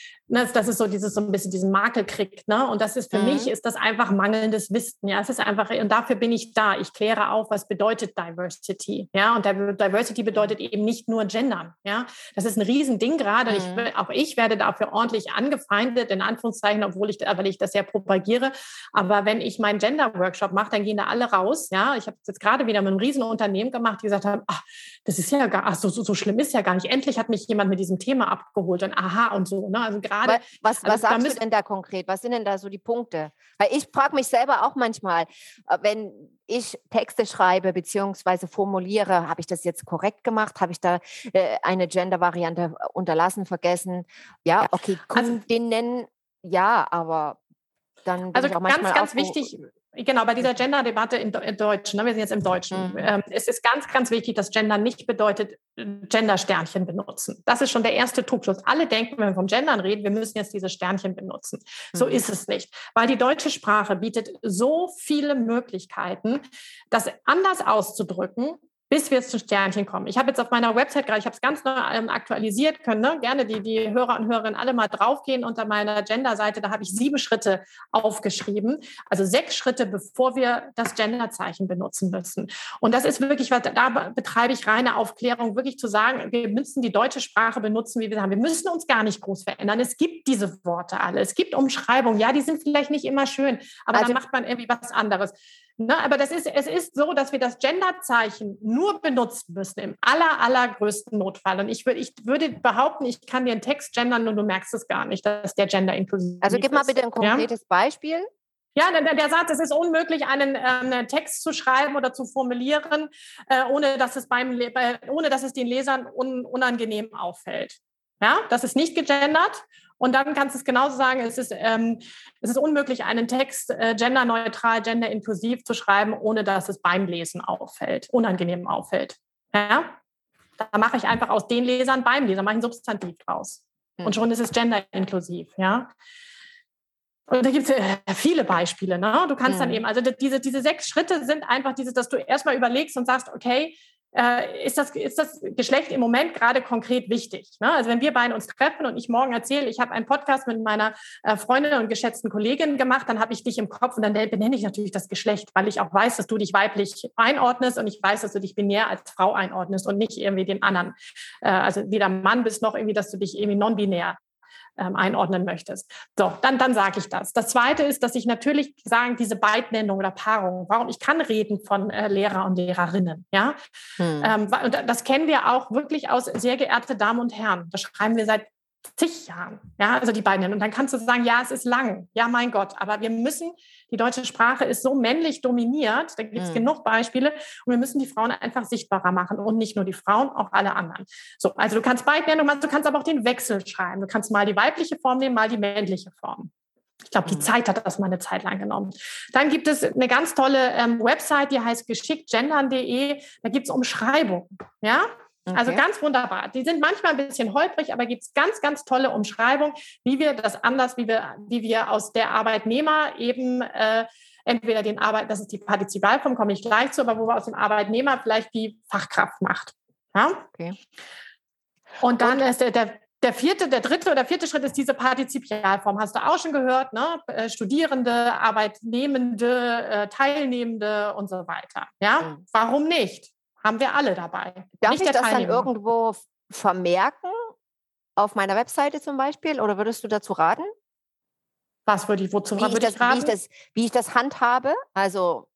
das ist so dieses so ein bisschen diesen Makel kriegt, ne? Und das ist für mhm. mich ist das einfach mangelndes Wissen, ja. Es ist einfach und dafür bin ich da. Ich kläre auf, was bedeutet Diversity, ja? Und Diversity bedeutet eben nicht nur Gendern, ja. Das ist ein Riesending gerade. Mhm. Ich, auch ich werde dafür ordentlich angefeindet in Anführungszeichen, obwohl ich, weil ich das sehr propagiere. Aber wenn ich meinen Gender-Workshop mache, dann gehen da alle raus, ja. Ich habe das jetzt gerade wieder mit einem Riesenunternehmen gemacht, die gesagt haben, ach, das ist ja gar, ach, so, so, so schlimm ist ja gar nicht. Endlich hat mich jemand mit diesem Thema abgeholt und aha und so, ne. Also gerade Gerade, was, was also, sagst du denn da konkret? Was sind denn da so die Punkte? Weil ich frage mich selber auch manchmal, wenn ich Texte schreibe bzw. formuliere, habe ich das jetzt korrekt gemacht? Habe ich da äh, eine Gender-Variante unterlassen, vergessen? Ja, okay, Kundinnen, also, ja, aber dann bin also ich auch manchmal ganz, ganz wichtig. Genau, bei dieser Gender-Debatte im Deutschen, ne, wir sind jetzt im Deutschen, mhm. ähm, es ist ganz, ganz wichtig, dass Gender nicht bedeutet, Gender-Sternchen benutzen. Das ist schon der erste Trugschluss. Alle denken, wenn wir vom Gendern reden, wir müssen jetzt diese Sternchen benutzen. Mhm. So ist es nicht, weil die deutsche Sprache bietet so viele Möglichkeiten, das anders auszudrücken, bis wir zu Sternchen kommen. Ich habe jetzt auf meiner Website gerade, ich habe es ganz neu ähm, aktualisiert, können ne? gerne die, die Hörer und Hörerinnen alle mal draufgehen unter meiner Gender-Seite, da habe ich sieben Schritte aufgeschrieben, also sechs Schritte, bevor wir das Gender-Zeichen benutzen müssen. Und das ist wirklich, was, da betreibe ich reine Aufklärung, wirklich zu sagen, wir müssen die deutsche Sprache benutzen, wie wir sagen, wir müssen uns gar nicht groß verändern. Es gibt diese Worte alle, es gibt Umschreibungen, ja, die sind vielleicht nicht immer schön, aber also, dann macht man irgendwie was anderes. Ne, aber das ist, es ist so, dass wir das Genderzeichen nur benutzen müssen im aller, allergrößten Notfall. Und ich, würd, ich würde behaupten, ich kann dir einen Text gendern und du merkst es gar nicht, dass der Gender inklusiv ist. Also gib mal bitte ein konkretes ja? Beispiel. Ja, der, der sagt, es ist unmöglich, einen, äh, einen Text zu schreiben oder zu formulieren, äh, ohne, dass es beim, ohne dass es den Lesern un, unangenehm auffällt. Ja, das ist nicht gegendert. Und dann kannst du es genauso sagen, es ist, ähm, es ist unmöglich, einen Text äh, genderneutral, genderinklusiv zu schreiben, ohne dass es beim Lesen auffällt, unangenehm auffällt. Ja? Da mache ich einfach aus den Lesern beim Leser, mache ich ein Substantiv draus. Hm. Und schon ist es genderinklusiv. Ja? Und da gibt es äh, viele Beispiele. Ne? Du kannst hm. dann eben, also diese, diese sechs Schritte sind einfach dieses, dass du erstmal überlegst und sagst, okay, Äh, ist, das, ist das Geschlecht im Moment gerade konkret wichtig? Ne? Also wenn wir beide uns treffen und ich morgen erzähle, ich habe einen Podcast mit meiner äh, Freundin und geschätzten Kollegin gemacht, dann habe ich dich im Kopf und dann benenne ich natürlich das Geschlecht, weil ich auch weiß, dass du dich weiblich einordnest und ich weiß, dass du dich binär als Frau einordnest und nicht irgendwie den anderen. Äh, also weder Mann bist noch irgendwie, dass du dich irgendwie non-binär Ähm, einordnen möchtest. So, dann, dann sage ich das. Das Zweite ist, dass ich natürlich sagen, diese Beidnennung oder Paarung, warum ich kann reden von äh, Lehrer und Lehrerinnen, ja. Hm. Ähm, und das kennen wir auch wirklich aus sehr geehrte Damen und Herren. Das schreiben wir seit zig Jahren, ja, also die beiden. Und dann kannst du sagen, ja, es ist lang, ja, mein Gott, aber wir müssen, die deutsche Sprache ist so männlich dominiert, da gibt es mm. genug Beispiele und wir müssen die Frauen einfach sichtbarer machen und nicht nur die Frauen, auch alle anderen. So, also du kannst Beidnennung machen, du kannst aber auch den Wechsel schreiben. Du kannst mal die weibliche Form nehmen, mal die männliche Form. Ich glaube, die Zeit hat das mal eine Zeit lang genommen. Dann gibt es eine ganz tolle ähm, Website, die heißt geschicktgendern punkt de. Da gibt es Umschreibungen, ja. Okay. Also ganz wunderbar. Die sind manchmal ein bisschen holprig, aber gibt es ganz, ganz tolle Umschreibungen, wie wir das anders, wie wir, wie wir aus der Arbeitnehmer eben äh, entweder den Arbeit, das ist die Partizipalform, komme ich gleich zu, aber wo wir aus dem Arbeitnehmer vielleicht die Fachkraft macht. Ja? Okay. Und dann Und? ist der, der Der vierte, der dritte oder vierte Schritt ist diese Partizipialform. Hast du auch schon gehört, ne? Studierende, Arbeitnehmende, äh, Teilnehmende und so weiter. Ja, mhm. Warum nicht? Haben wir alle dabei. Darf nicht ich das dann irgendwo vermerken? Auf meiner Webseite zum Beispiel? Oder würdest du dazu raten? Was würde ich, wozu wie ich, würde das, ich raten? Wie ich, das, wie ich das handhabe? Also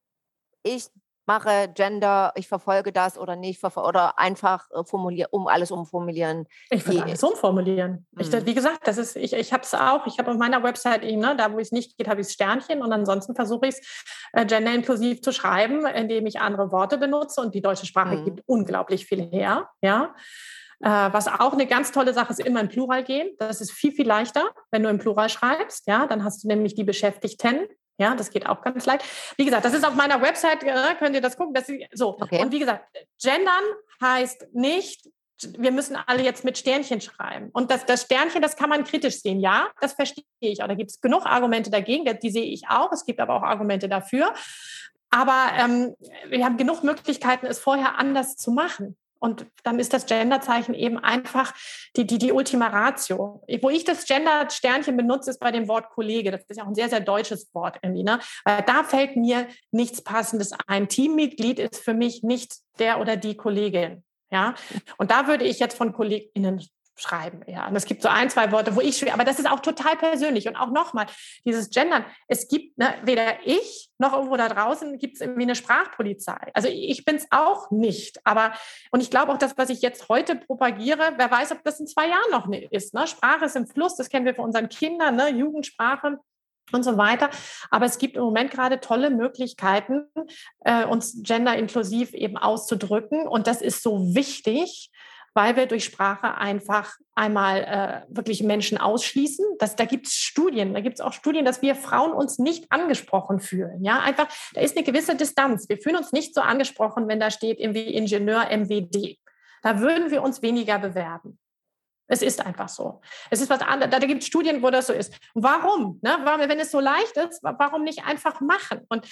ich mache Gender, ich verfolge das oder nicht, oder einfach formulieren, um alles umformulieren. Ich würde alles umformulieren. Mhm. Ich, wie gesagt, das ist, ich, ich habe es auch, ich habe auf meiner Website eben, ne, da wo es nicht geht, habe ich das Sternchen und ansonsten versuche ich es äh, genderinklusiv zu schreiben, indem ich andere Worte benutze und die deutsche Sprache mhm. gibt unglaublich viel her, ja. Äh, was auch eine ganz tolle Sache ist, immer im Plural gehen. Das ist viel, viel leichter, wenn du im Plural schreibst, ja, dann hast du nämlich die Beschäftigten. Ja, das geht auch ganz leicht. Wie gesagt, das ist auf meiner Website, äh, könnt ihr das gucken. Das ist, so. Okay. Und wie gesagt, gendern heißt nicht, wir müssen alle jetzt mit Sternchen schreiben. Und das, das Sternchen, das kann man kritisch sehen. Ja, das verstehe ich. Aber da gibt es genug Argumente dagegen, die sehe ich auch. Es gibt aber auch Argumente dafür. Aber ähm, wir haben genug Möglichkeiten, es vorher anders zu machen. Und dann ist das Genderzeichen eben einfach die, die, die Ultima Ratio. Wo ich das Gender-Sternchen benutze, ist bei dem Wort Kollege. Das ist ja auch ein sehr, sehr deutsches Wort irgendwie. Ne? Weil da fällt mir nichts Passendes ein. Teammitglied ist für mich nicht der oder die Kollegin. Ja? Und da würde ich jetzt von KollegInnen schreiben, ja. Und es gibt so ein, zwei Worte, wo ich schwer, aber das ist auch total persönlich. Und auch nochmal, dieses Gendern, es gibt, ne, weder ich noch irgendwo da draußen gibt es irgendwie eine Sprachpolizei. Also ich bin es auch nicht. Aber, und ich glaube auch, das, was ich jetzt heute propagiere, wer weiß, ob das in zwei Jahren noch nicht ist. Ne? Sprache ist im Fluss, das kennen wir von unseren Kindern, ne? Jugendsprache und so weiter. Aber es gibt im Moment gerade tolle Möglichkeiten, äh, uns genderinklusiv eben auszudrücken. Und das ist so wichtig, weil wir durch Sprache einfach einmal äh, wirklich Menschen ausschließen. Das, da gibt es Studien, da gibt es auch Studien, dass wir Frauen uns nicht angesprochen fühlen. Ja, einfach, da ist eine gewisse Distanz. Wir fühlen uns nicht so angesprochen, wenn da steht irgendwie Ingenieur M W D. Da würden wir uns weniger bewerben. Es ist einfach so. Es ist was anderes. Da gibt es Studien, wo das so ist. Warum? Ne? Wenn es so leicht ist, warum nicht einfach machen? Und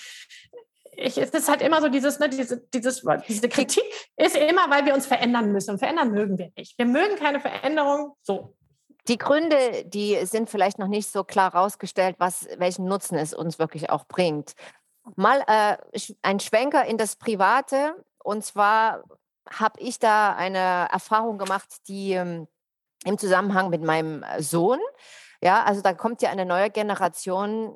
Ich, es ist halt immer so dieses, ne, diese, dieses, diese Kritik ist immer, weil wir uns verändern müssen. Und verändern mögen wir nicht. Wir mögen keine Veränderung. So. Die Gründe, die sind vielleicht noch nicht so klar rausgestellt, was, welchen Nutzen es uns wirklich auch bringt. Mal äh, ein Schwenker in das Private. Und zwar habe ich da eine Erfahrung gemacht, die ähm, im Zusammenhang mit meinem Sohn, ja, also da kommt ja eine neue Generation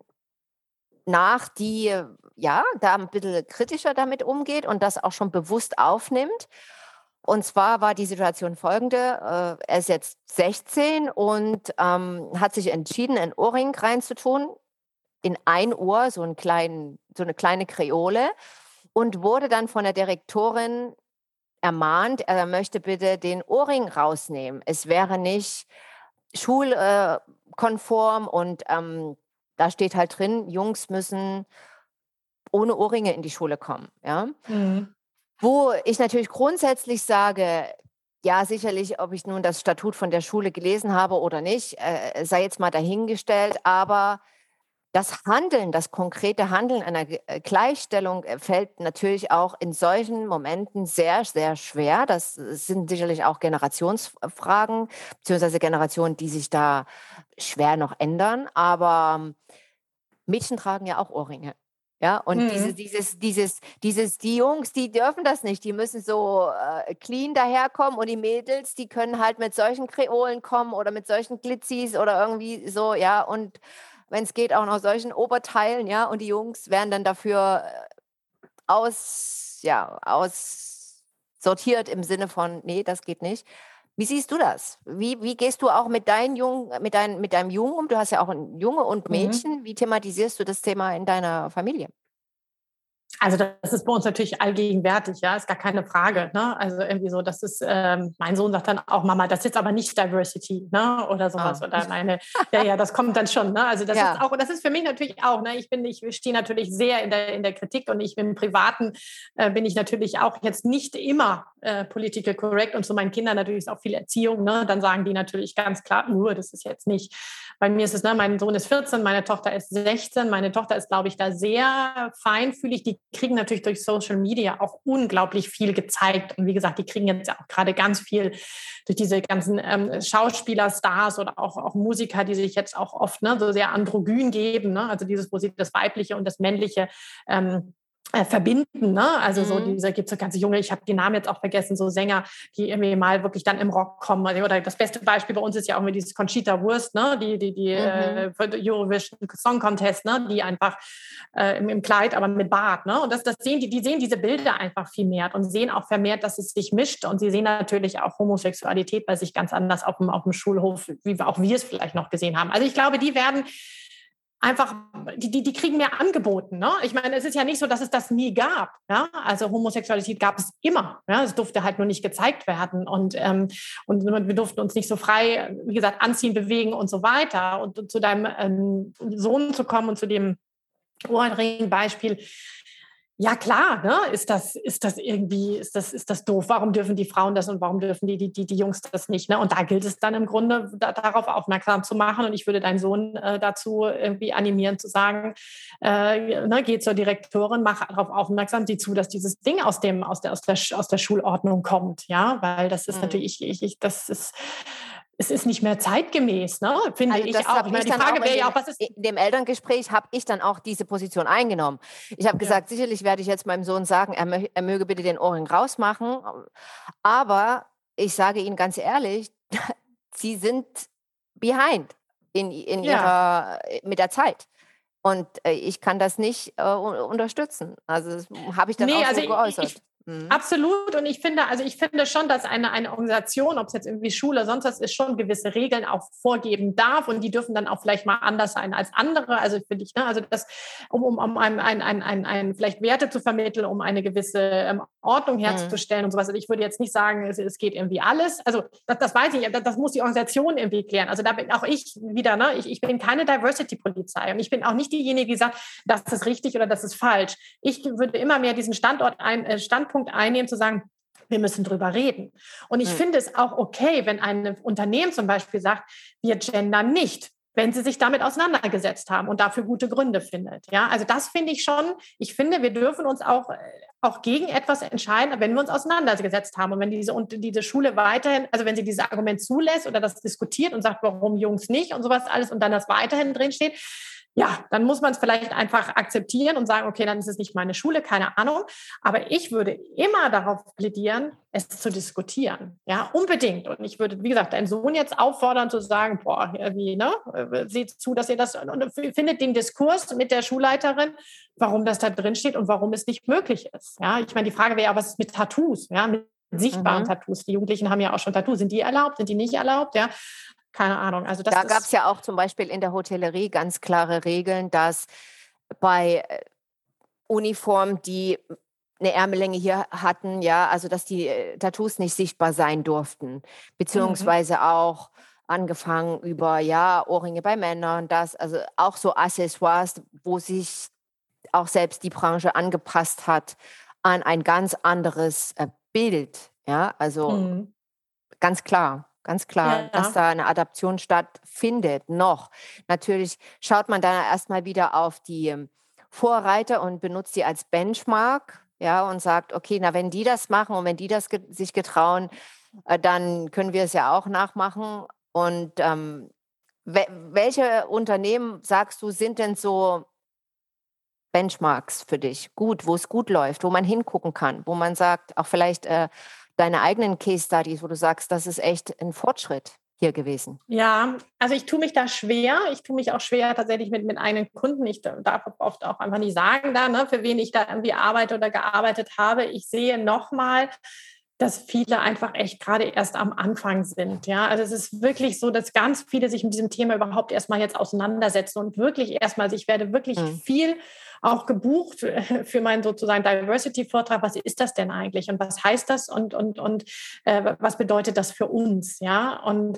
nach, die ja da ein bisschen kritischer damit umgeht und das auch schon bewusst aufnimmt. Und zwar war die Situation folgende: äh, Er ist jetzt sechzehn und ähm, hat sich entschieden, einen Ohrring reinzutun in ein Ohr, so, einen kleinen, so eine kleine Kreole, und wurde dann von der Direktorin ermahnt, er möchte bitte den Ohrring rausnehmen. Es wäre nicht schulkonform und ähm, da steht halt drin, Jungs müssen ohne Ohrringe in die Schule kommen. Ja? Mhm. Wo ich natürlich grundsätzlich sage, ja, sicherlich, ob ich nun das Statut von der Schule gelesen habe oder nicht, äh, sei jetzt mal dahingestellt, aber das Handeln, das konkrete Handeln einer Ge- äh, Gleichstellung äh, fällt natürlich auch in solchen Momenten sehr, sehr schwer. Das sind sicherlich auch Generationsfragen, beziehungsweise Generationen, die sich da schwer noch ändern. Aber ähm, Mädchen tragen ja auch Ohrringe. Ja, und diese, Mhm. dieses, dieses, dieses, die Jungs, die dürfen das nicht. Die müssen so äh, clean daherkommen und die Mädels, die können halt mit solchen Kreolen kommen oder mit solchen Glitzis oder irgendwie so, ja. Und wenn es geht, auch noch solchen Oberteilen, ja. Und die Jungs werden dann dafür äh, aus, ja, aussortiert im Sinne von, nee, das geht nicht. Wie siehst du das? Wie, wie gehst du auch mit, deinen Jungen, mit, dein, mit deinem Jungen um? Du hast ja auch ein Junge und Mhm. Mädchen. Wie thematisierst du das Thema in deiner Familie? Also das ist bei uns natürlich allgegenwärtig, ja, ist gar keine Frage. Ne? Also irgendwie so, das ist, ähm, mein Sohn sagt dann auch, Mama, das ist jetzt aber nicht Diversity, ne? Oder sowas. Ah. Oder meine, ja, ja, das kommt dann schon. Ne? Also das ist Ja. auch, das ist für mich natürlich auch, ne? Ich bin, ich stehe natürlich sehr in der, in der Kritik und ich bin im Privaten, äh, bin ich natürlich auch jetzt nicht immer äh, political correct und zu meinen Kindern natürlich ist auch viel Erziehung, ne? Dann sagen die natürlich ganz klar, nur, das ist jetzt nicht. Bei mir ist es, ne, mein Sohn ist vierzehn, meine Tochter ist sechzehn. Meine Tochter ist, glaube ich, da sehr feinfühlig. Die kriegen natürlich durch Social Media auch unglaublich viel gezeigt. Und wie gesagt, die kriegen jetzt auch gerade ganz viel durch diese ganzen ähm, Schauspieler, Stars oder auch, auch Musiker, die sich jetzt auch oft ne, so sehr androgyn geben. Ne? Also dieses, wo sie das Weibliche und das Männliche ähm, äh, verbinden, ne? Also so Mhm. dieser gibt so ganze junge, ich habe die Namen jetzt auch vergessen, so Sänger, die irgendwie mal wirklich dann im Rock kommen. Oder das beste Beispiel bei uns ist ja auch mit dieses Conchita Wurst, ne? Die die die Mhm. äh, Eurovision Song Contest, ne? Die einfach äh, im, im Kleid, aber mit Bart, ne? Und das das sehen die, die sehen diese Bilder einfach viel mehr und sehen auch vermehrt, dass es sich mischt und sie sehen natürlich auch Homosexualität bei sich ganz anders auf dem auf dem Schulhof, wie auch wir es vielleicht noch gesehen haben. Also ich glaube, die werden einfach, die, die, die kriegen mehr angeboten. Ne? Ich meine, es ist ja nicht so, dass es das nie gab. Ja? Also Homosexualität gab es immer. Ja? Es durfte halt nur nicht gezeigt werden. Und, ähm, und wir durften uns nicht so frei, wie gesagt, anziehen, bewegen und so weiter. Und, und zu deinem ähm, Sohn zu kommen und zu dem Ohrring-Beispiel, ja klar, ne? Ist das, ist das irgendwie, ist das, ist das doof? Warum dürfen die Frauen das und warum dürfen die, die, die, die Jungs das nicht? Ne? Und da gilt es dann im Grunde, da, darauf aufmerksam zu machen. Und ich würde deinen Sohn äh, dazu irgendwie animieren, zu sagen, äh, ne, geh zur Direktorin, mach darauf aufmerksam, sieh zu, dass dieses Ding aus dem, aus der, aus der, aus der Schulordnung kommt. Ja, weil das ist Mhm. natürlich, ich, ich, das ist, es ist nicht mehr zeitgemäß, ne? Finde Also ich das auch. habe Ich meine, ich die dann auch Frage in wäre ja dem, auch, was ist. in dem Elterngespräch, habe ich dann auch diese Position eingenommen. Ich habe Ja. gesagt, sicherlich werde ich jetzt meinem Sohn sagen, er, mö er möge bitte den Ohrring rausmachen. Aber ich sage Ihnen ganz ehrlich, Sie sind behind in, in Ja. ihrer, mit der Zeit. Und äh, ich kann das nicht äh, unterstützen. Also das habe ich dann Nee, auch also so ich, geäußert. ich Mhm. absolut. Und ich finde, also ich finde schon, dass eine, eine Organisation, ob es jetzt irgendwie Schule, sonst was ist, schon gewisse Regeln auch vorgeben darf. Und die dürfen dann auch vielleicht mal anders sein als andere. Also finde ich, ne, also das, um, um, um ein, ein, ein, ein, ein, vielleicht Werte zu vermitteln, um eine gewisse ähm, Ordnung Mhm. herzustellen und sowas. Also ich würde jetzt nicht sagen, es, es geht irgendwie alles. Also das, das weiß ich, das, das muss die Organisation irgendwie klären. Also da bin auch ich wieder, ne, ich, ich bin keine Diversity-Polizei und ich bin auch nicht diejenige, die sagt, das ist richtig oder das ist falsch. Ich würde immer mehr diesen Standort ein, äh, Standpunkt einnehmen, zu sagen, wir müssen drüber reden. Und ich Mhm. finde es auch okay, wenn ein Unternehmen zum Beispiel sagt, wir gendern nicht, wenn sie sich damit auseinandergesetzt haben und dafür gute Gründe findet. Ja, also das finde ich schon. Ich finde, wir dürfen uns auch, auch gegen etwas entscheiden, wenn wir uns auseinandergesetzt haben. Und wenn diese, und diese Schule weiterhin, also wenn sie dieses Argument zulässt oder das diskutiert und sagt, warum Jungs nicht und sowas alles und dann das weiterhin drin steht, ja, dann muss man es vielleicht einfach akzeptieren und sagen, okay, dann ist es nicht meine Schule, keine Ahnung. Aber ich würde immer darauf plädieren, es zu diskutieren. Ja, unbedingt. Und ich würde, wie gesagt, deinen Sohn jetzt auffordern zu sagen, boah, wie, ne, seht zu, dass ihr das, und findet den Diskurs mit der Schulleiterin, warum das da drin steht und warum es nicht möglich ist. Ja, ich meine, die Frage wäre ja, was ist mit Tattoos? Ja, mit sichtbaren Mhm. Tattoos. Die Jugendlichen haben ja auch schon Tattoos. Sind die erlaubt? Sind die nicht erlaubt? Ja, keine Ahnung. Also das Da gab es ist, ja auch zum Beispiel in der Hotellerie ganz klare Regeln, dass bei äh, Uniformen, die eine Ärmellänge hier hatten, ja, also dass die äh, Tattoos nicht sichtbar sein durften, mhm. beziehungsweise auch angefangen über, ja, Ohrringe bei Männern, das, also auch so Accessoires, wo sich auch selbst die Branche angepasst hat an ein ganz anderes äh, Bild. Ja, also Mhm. ganz klar, ganz klar, dass Ja, da eine Adaption stattfindet noch. Natürlich schaut man dann erstmal wieder auf die ähm, Vorreiter und benutzt die als Benchmark, ja, und sagt, okay, na, wenn die das machen und wenn die das ge sich getrauen, äh, dann können wir es ja auch nachmachen. Und ähm, we welche Unternehmen, sagst du, sind denn so Benchmarks für dich? Gut, wo es gut läuft, wo man hingucken kann, wo man sagt, auch vielleicht äh, deine eigenen Case Studies, wo du sagst, das ist echt ein Fortschritt hier gewesen. ja, also ich tue mich da schwer. Ich tue mich auch schwer tatsächlich mit, mit eigenen Kunden. Ich darf oft auch einfach nicht sagen, da, ne, für wen ich da irgendwie arbeite oder gearbeitet habe. Ich sehe nochmal, dass viele einfach echt gerade erst am Anfang sind. Ja, also es ist wirklich so, dass ganz viele sich mit diesem Thema überhaupt erstmal jetzt auseinandersetzen und wirklich erstmal, also ich werde wirklich Mhm. viel auch gebucht für meinen sozusagen Diversity-Vortrag. Was ist das denn eigentlich und was heißt das und, und, und äh, was bedeutet das für uns? Ja, und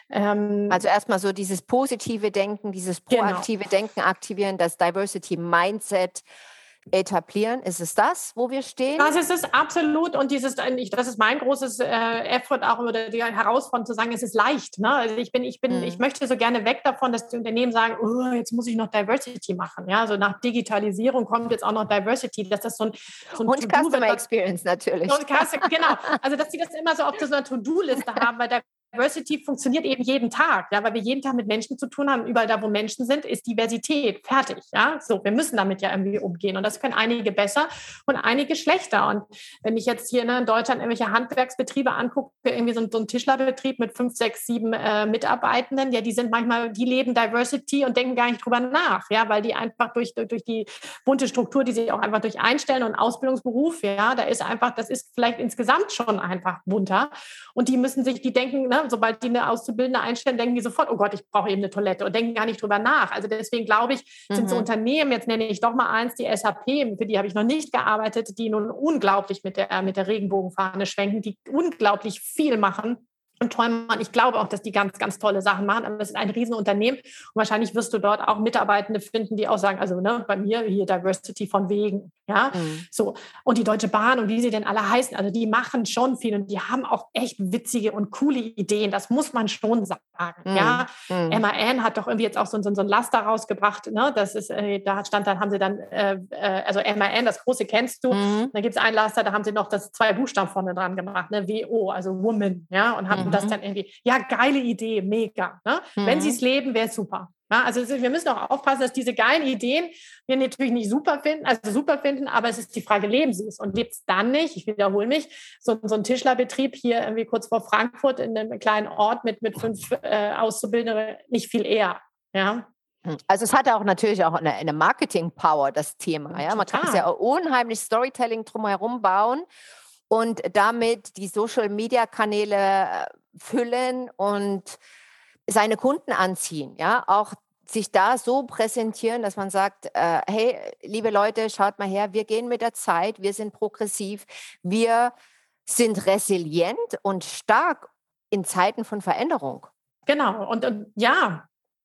Also ähm, erstmal so dieses positive Denken, dieses genau. proaktive Denken aktivieren, das Diversity Mindset etablieren. Ist es das, wo wir stehen? Das ist es absolut und dieses, das ist mein großes äh, Effort auch oder die Herausforderung zu sagen, es ist leicht. Ne? Also ich bin, ich bin, ich Mhm. möchte so gerne weg davon, dass die Unternehmen sagen, oh, jetzt muss ich noch Diversity machen. Ja, also nach Digitalisierung kommt jetzt auch noch Diversity, dass das so ein, so ein Und To-Do wird, Customer was Experience natürlich. und Kasse, genau. Also, dass die das immer so auf so einer To-Do-Liste haben, weil Diversity funktioniert eben jeden Tag, ja, weil wir jeden Tag mit Menschen zu tun haben. Überall da, wo Menschen sind, ist Diversität. Fertig, ja. So, wir müssen damit ja irgendwie umgehen. Und das können einige besser und einige schlechter. Und wenn ich jetzt hier ne, in Deutschland irgendwelche Handwerksbetriebe angucke, irgendwie so, so ein Tischlerbetrieb mit fünf, sechs, sieben äh, Mitarbeitenden, ja, die sind manchmal, die leben Diversity und denken gar nicht drüber nach, ja, weil die einfach durch, durch die bunte Struktur, die sich auch einfach durch Einstellen und Ausbildungsberuf, ja, da ist einfach, das ist vielleicht insgesamt schon einfach bunter. Und die müssen sich, die denken, ne, sobald die eine Auszubildende einstellen, denken die sofort, oh Gott, ich brauche eben eine Toilette und denken gar nicht drüber nach. Also deswegen glaube ich, sind so Mhm. Unternehmen, jetzt nenne ich doch mal eins, die S A P, für die habe ich noch nicht gearbeitet, die nun unglaublich mit der, mit der Regenbogenfahne schwenken, die unglaublich viel machen. Und Träumann, ich glaube auch, dass die ganz, ganz tolle Sachen machen, aber es ist ein Riesenunternehmen und wahrscheinlich wirst du dort auch Mitarbeitende finden, die auch sagen, also ne, bei mir hier Diversity von wegen, ja, Mhm. so. Und die Deutsche Bahn und wie sie denn alle heißen, also die machen schon viel und die haben auch echt witzige und coole Ideen, das muss man schon sagen, ja. Mhm. Mhm. M A N hat doch irgendwie jetzt auch so, so, so ein Laster rausgebracht, ne, das ist, äh, da stand dann, haben sie dann, äh, äh, also M A N, das große kennst du, Mhm. da gibt es ein Laster, da haben sie noch das zwei Buchstaben vorne dran gemacht, ne, W O, also Woman, ja, und haben das Mhm. dann irgendwie, ja, geile Idee, mega. Ne? Wenn sie es Mhm. leben, wäre es super. Ja, also wir müssen auch aufpassen, dass diese geilen Ideen wir natürlich nicht super finden, also super finden, aber es ist die Frage, leben sie es und lebt es dann nicht? Ich wiederhole mich, so, so ein Tischlerbetrieb hier irgendwie kurz vor Frankfurt in einem kleinen Ort mit, mit fünf äh, Auszubildenden nicht viel eher. Ja, Also es hat auch natürlich auch eine, eine Marketing-Power, das Thema. Ja? Man kann es ja total. auch unheimlich Storytelling drumherum bauen und damit die Social-Media-Kanäle äh, füllen und seine Kunden anziehen. Ja? Auch sich da so präsentieren, dass man sagt, äh, hey, liebe Leute, schaut mal her, wir gehen mit der Zeit, wir sind progressiv, wir sind resilient und stark in Zeiten von Veränderung. Genau. Und, und ja,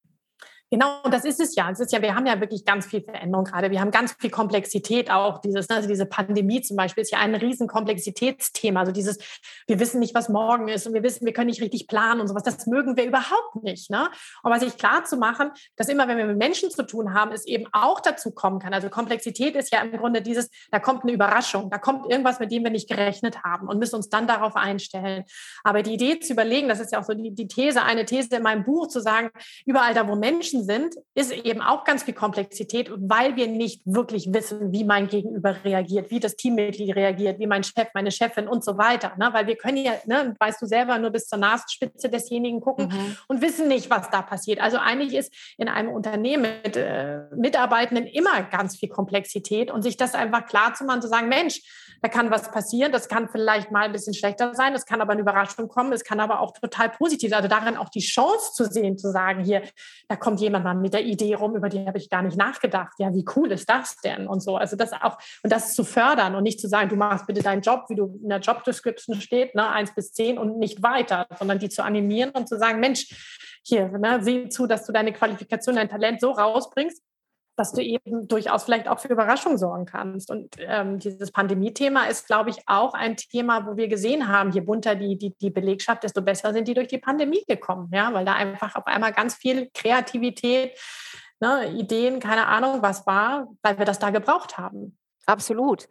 genau, und das ist es ja. Es ist ja, wir haben ja wirklich ganz viel Veränderung gerade. Wir haben ganz viel Komplexität auch. Dieses, ne, also diese Pandemie zum Beispiel ist ja ein riesen Komplexitätsthema. Also dieses, wir wissen nicht, was morgen ist und wir wissen, wir können nicht richtig planen und sowas. Das mögen wir überhaupt nicht. Ne? Und was sich klar zu machen, dass immer, wenn wir mit Menschen zu tun haben, es eben auch dazu kommen kann. Also Komplexität ist ja im Grunde dieses, da kommt eine Überraschung, da kommt irgendwas, mit dem wir nicht gerechnet haben und müssen uns dann darauf einstellen. Aber die Idee zu überlegen, das ist ja auch so die, die These, eine These in meinem Buch, zu sagen, überall da, wo Menschen sind, ist eben auch ganz viel Komplexität, weil wir nicht wirklich wissen, wie mein Gegenüber reagiert, wie das Teammitglied reagiert, wie mein Chef, meine Chefin und so weiter. Ne? Weil wir können ja, ne, weißt du selber, nur bis zur Nasenspitze desjenigen gucken Mhm. und wissen nicht, was da passiert. Also eigentlich ist in einem Unternehmen mit äh, Mitarbeitenden immer ganz viel Komplexität und sich das einfach klar zu machen, zu sagen, Mensch, Da kann was passieren, das kann vielleicht mal ein bisschen schlechter sein, es kann aber eine Überraschung kommen, es kann aber auch total positiv sein. Also darin auch die Chance zu sehen, zu sagen, hier, da kommt jemand mal mit der Idee rum, über die habe ich gar nicht nachgedacht. Ja, wie cool ist das denn? Und so. Also das auch, und das zu fördern und nicht zu sagen, du machst bitte deinen Job, wie du in der Job-Description steht, ne, eins bis zehn und nicht weiter, sondern die zu animieren und zu sagen, Mensch, hier, ne, sieh zu, dass du deine Qualifikation, dein Talent so rausbringst, dass du eben durchaus vielleicht auch für Überraschungen sorgen kannst. Und ähm, dieses Pandemie-Thema ist, glaube ich, auch ein Thema, wo wir gesehen haben, je bunter die, die, die Belegschaft, desto besser sind die durch die Pandemie gekommen, ja, weil da einfach auf einmal ganz viel Kreativität, ne, Ideen, keine Ahnung, was war, weil wir das da gebraucht haben. Absolut.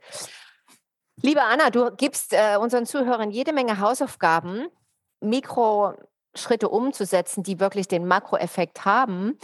Liebe Anna, du gibst äh, unseren Zuhörern jede Menge Hausaufgaben, Mikroschritte umzusetzen, die wirklich den Makroeffekt haben.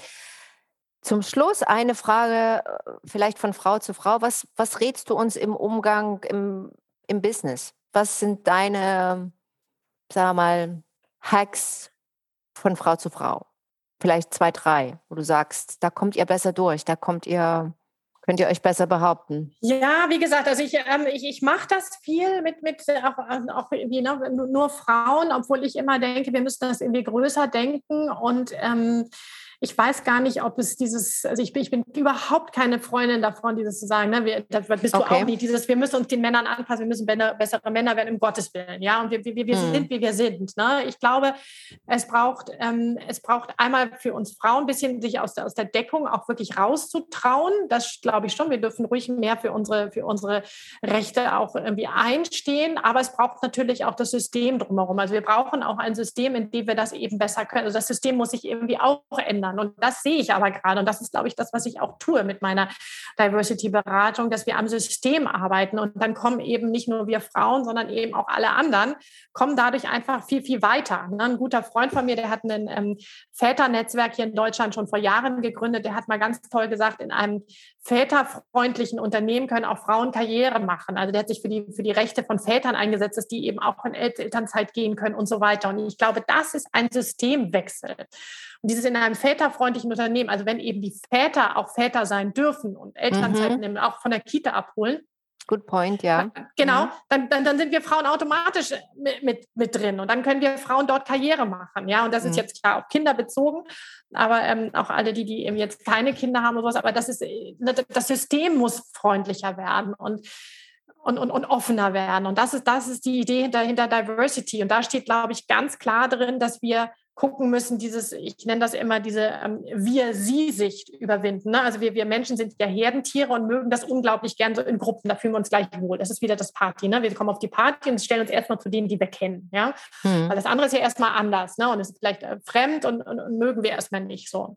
Zum Schluss eine Frage, vielleicht von Frau zu Frau. Was, was rätst du uns im Umgang im, im Business? Was sind deine, sag mal, Hacks von Frau zu Frau? Vielleicht zwei, drei, wo du sagst, da kommt ihr besser durch, da kommt ihr, könnt ihr euch besser behaupten. Ja, wie gesagt, also ich, ähm, ich, ich mache das viel mit, mit auch, auch irgendwie, ne, nur Frauen, obwohl ich immer denke, wir müssen das irgendwie größer denken und ähm, ich weiß gar nicht, ob es dieses, also ich bin, ich bin überhaupt keine Freundin davon, dieses zu sagen, ne, wir, das bist du Okay. auch nicht, dieses, wir müssen uns den Männern anpassen, wir müssen Männer, bessere Männer werden, um Gottes Willen, ja, und wir, wir, wir Hm. sind, wie wir sind, ne, ich glaube, es braucht, ähm, es braucht einmal für uns Frauen ein bisschen sich aus der, aus der Deckung auch wirklich rauszutrauen, das glaube ich schon, wir dürfen ruhig mehr für unsere, für unsere Rechte auch irgendwie einstehen, aber es braucht natürlich auch das System drumherum, also wir brauchen auch ein System, in dem wir das eben besser können, also das System muss sich irgendwie auch ändern. Und das sehe ich aber gerade. Und das ist, glaube ich, das, was ich auch tue mit meiner Diversity-Beratung, dass wir am System arbeiten. Und dann kommen eben nicht nur wir Frauen, sondern eben auch alle anderen, kommen dadurch einfach viel, viel weiter. Ein guter Freund von mir, der hat ein ähm, Väternetzwerk hier in Deutschland schon vor Jahren gegründet. Der hat mal ganz toll gesagt, in einem väterfreundlichen Unternehmen können auch Frauen Karriere machen. Also der hat sich für die, für die Rechte von Vätern eingesetzt, dass die eben auch in Elternzeit gehen können und so weiter. Und ich glaube, das ist ein Systemwechsel. Und dieses in einem väterfreundlichen Unternehmen, also wenn eben die Väter auch Väter sein dürfen und Elternzeit Mhm. nehmen, auch von der Kita abholen. Good point, ja. Genau, Mhm. dann, dann, dann sind wir Frauen automatisch mit, mit, mit drin und dann können wir Frauen dort Karriere machen. Ja, und das Mhm. ist jetzt klar auf Kinder bezogen, aber ähm, auch alle, die, die eben jetzt keine Kinder haben oder sowas, aber das ist, das System muss freundlicher werden und Und, und, und offener werden. Und das ist, das ist die Idee hinter, hinter Diversity. Und da steht, glaube ich, ganz klar drin, dass wir gucken müssen, dieses, ich nenne das immer diese ähm, Wir-Sie-Sicht überwinden. Ne? Also wir, wir Menschen sind ja Herdentiere und mögen das unglaublich gern so in Gruppen. Da fühlen wir uns gleich wohl. Das ist wieder das Party. Ne? Wir kommen auf die Party und stellen uns erstmal zu denen, die wir kennen. Ja? Mhm. Weil das andere ist ja erstmal anders. Ne? Und es ist vielleicht äh, fremd und, und, und mögen wir erstmal nicht so.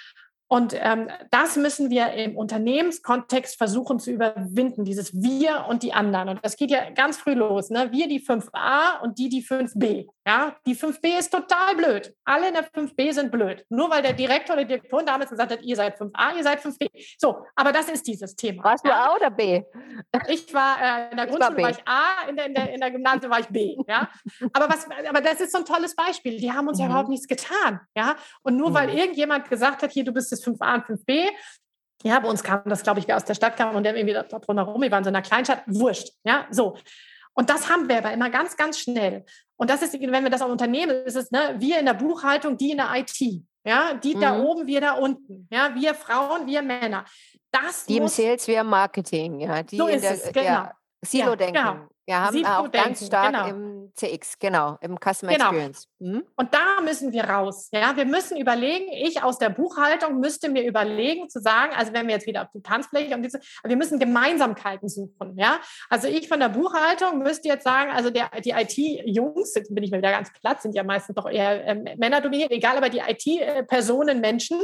Und ähm, das müssen wir im Unternehmenskontext versuchen zu überwinden, dieses Wir und die anderen. Und das geht ja ganz früh los. Ne? Wir die fünf a und die die fünf b. Ja? Die fünf b ist total blöd. Alle in der fünf b sind blöd. Nur weil der Direktor oder die Direktorin damals gesagt hat, ihr seid fünf a, ihr seid fünf b. So, aber das ist dieses Thema. Warst du ja? A oder B? Ich war äh, in der Ich Grundschule war war, ich A, in der, in der, in der Gymnasium war ich B. Ja? Aber, was, aber das ist so ein tolles Beispiel. Die haben uns Mhm. ja überhaupt nichts getan. Ja? Und nur Mhm. weil irgendjemand gesagt hat, hier, du bist das fünf a und fünf b, ja, bei uns kam das, glaube ich, wer aus der Stadt kam und der irgendwie da drumherum, wir waren so in einer Kleinstadt, wurscht. Ja, so. Und das haben wir aber immer ganz, ganz schnell. Und das ist, wenn wir das am Unternehmen, ist es, ne, wir in der Buchhaltung, die in der I T. Ja, die Mhm. da oben, wir da unten. Ja, wir Frauen, wir Männer. Das Die im muss, Sales, wir im Marketing, ja. Die so in ist der, es, genau. ja, Silo-Denken. Ja, genau. Wir haben Silo auch ganz denken, stark genau. im C X, genau, im Customer Genau. Experience. Mhm. Und da müssen wir raus. Ja, wir müssen überlegen, ich aus der Buchhaltung müsste mir überlegen, zu sagen, also wenn wir jetzt wieder auf die Tanzfläche und diese, wir müssen Gemeinsamkeiten suchen. Ja, also ich von der Buchhaltung müsste jetzt sagen, also der, die I T-Jungs, jetzt bin ich mal wieder ganz platt, sind ja meistens doch eher äh, Männer dominiert, egal, aber die I T-Personen, Menschen,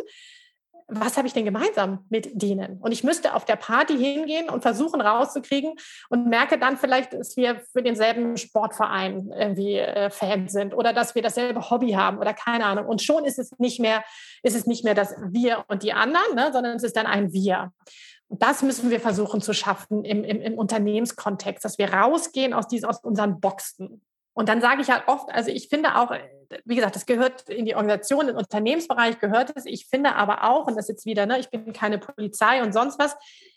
was habe ich denn gemeinsam mit denen? Und ich müsste auf der Party hingehen und versuchen rauszukriegen und merke dann vielleicht, dass wir für denselben Sportverein irgendwie äh, Fans sind oder dass wir dasselbe Hobby haben oder keine Ahnung. Und schon ist es nicht mehr, ist es nicht mehr das Wir und die anderen, ne, sondern es ist dann ein Wir. Und das müssen wir versuchen zu schaffen im, im, im Unternehmenskontext, dass wir rausgehen aus, diesen, aus unseren Boxen. Und dann sage ich halt oft, also ich finde auch, wie gesagt, das gehört in die Organisation, in den Unternehmensbereich gehört es. Ich finde aber auch, und das ist jetzt wieder, ne, ich bin keine Polizei und sonst was,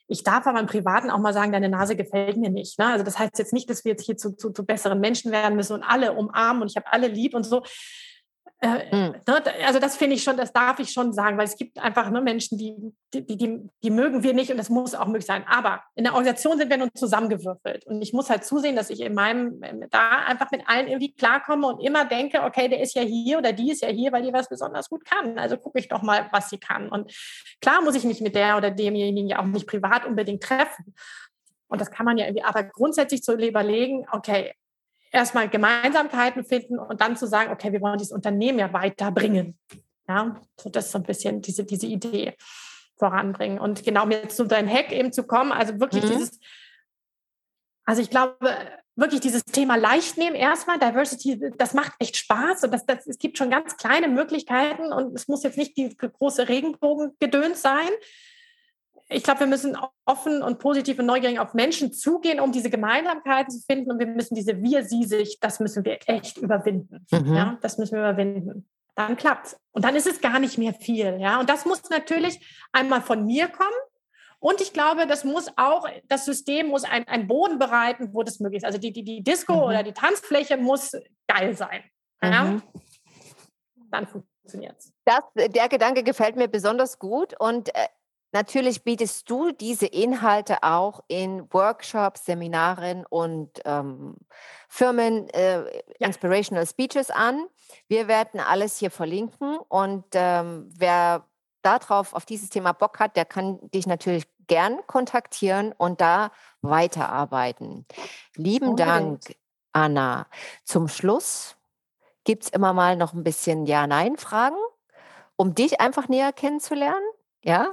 ich darf aber im Privaten auch mal sagen, deine Nase gefällt mir nicht. Ne? Also das heißt jetzt nicht, dass wir jetzt hier zu, zu, zu besseren Menschen werden müssen und alle umarmen und ich habe alle lieb und so. Äh, Mhm. ne, also das finde ich schon, das darf ich schon sagen, weil es gibt einfach ne, Menschen, die, die, die, die mögen wir nicht und das muss auch möglich sein. Aber in der Organisation sind wir nun zusammengewürfelt und ich muss halt zusehen, dass ich in meinem, da einfach mit allen irgendwie klarkomme und immer denke, okay, der ist ja hier oder die ist ja hier, weil die was besonders gut kann. Also gucke ich doch mal, was sie kann. Und klar muss ich mich mit der oder demjenigen ja auch nicht privat unbedingt treffen. Und das kann man ja irgendwie, aber grundsätzlich zu überlegen, okay, erstmal Gemeinsamkeiten finden und dann zu sagen, okay, wir wollen dieses Unternehmen ja weiterbringen. Ja, so das ist so ein bisschen diese, diese Idee voranbringen. Und genau mir zu deinem Hack eben zu kommen, also wirklich mhm. dieses, also ich glaube, wirklich dieses Thema leicht nehmen erstmal, Diversity, das macht echt Spaß und das, das, es gibt schon ganz kleine Möglichkeiten und es muss jetzt nicht die große Regenbogengedöns sein. Ich glaube, wir müssen offen und positiv und neugierig auf Menschen zugehen, um diese Gemeinsamkeiten zu finden. Und wir müssen diese Wir, Sie, Sich, das müssen wir echt überwinden. Mhm. Ja, das müssen wir überwinden. Dann klappt's. Und dann ist es gar nicht mehr viel. Ja, und das muss natürlich einmal von mir kommen. Und ich glaube, das muss auch, das System muss einen Boden bereiten, wo das möglich ist. Also die, die, die Disco mhm. oder die Tanzfläche muss geil sein. Ja? Mhm. Dann funktioniert's. Das, der Gedanke gefällt mir besonders gut. Und äh, natürlich bietest du diese Inhalte auch in Workshops, Seminaren und ähm, Firmen, äh, ja. Inspirational Speeches an. Wir werden alles hier verlinken und ähm, wer darauf, auf dieses Thema Bock hat, der kann dich natürlich gern kontaktieren und da weiterarbeiten. Lieben Unbedingt. Dank, Anna. Zum Schluss gibt es immer mal noch ein bisschen Ja-Nein-Fragen, um dich einfach näher kennenzulernen. Ja?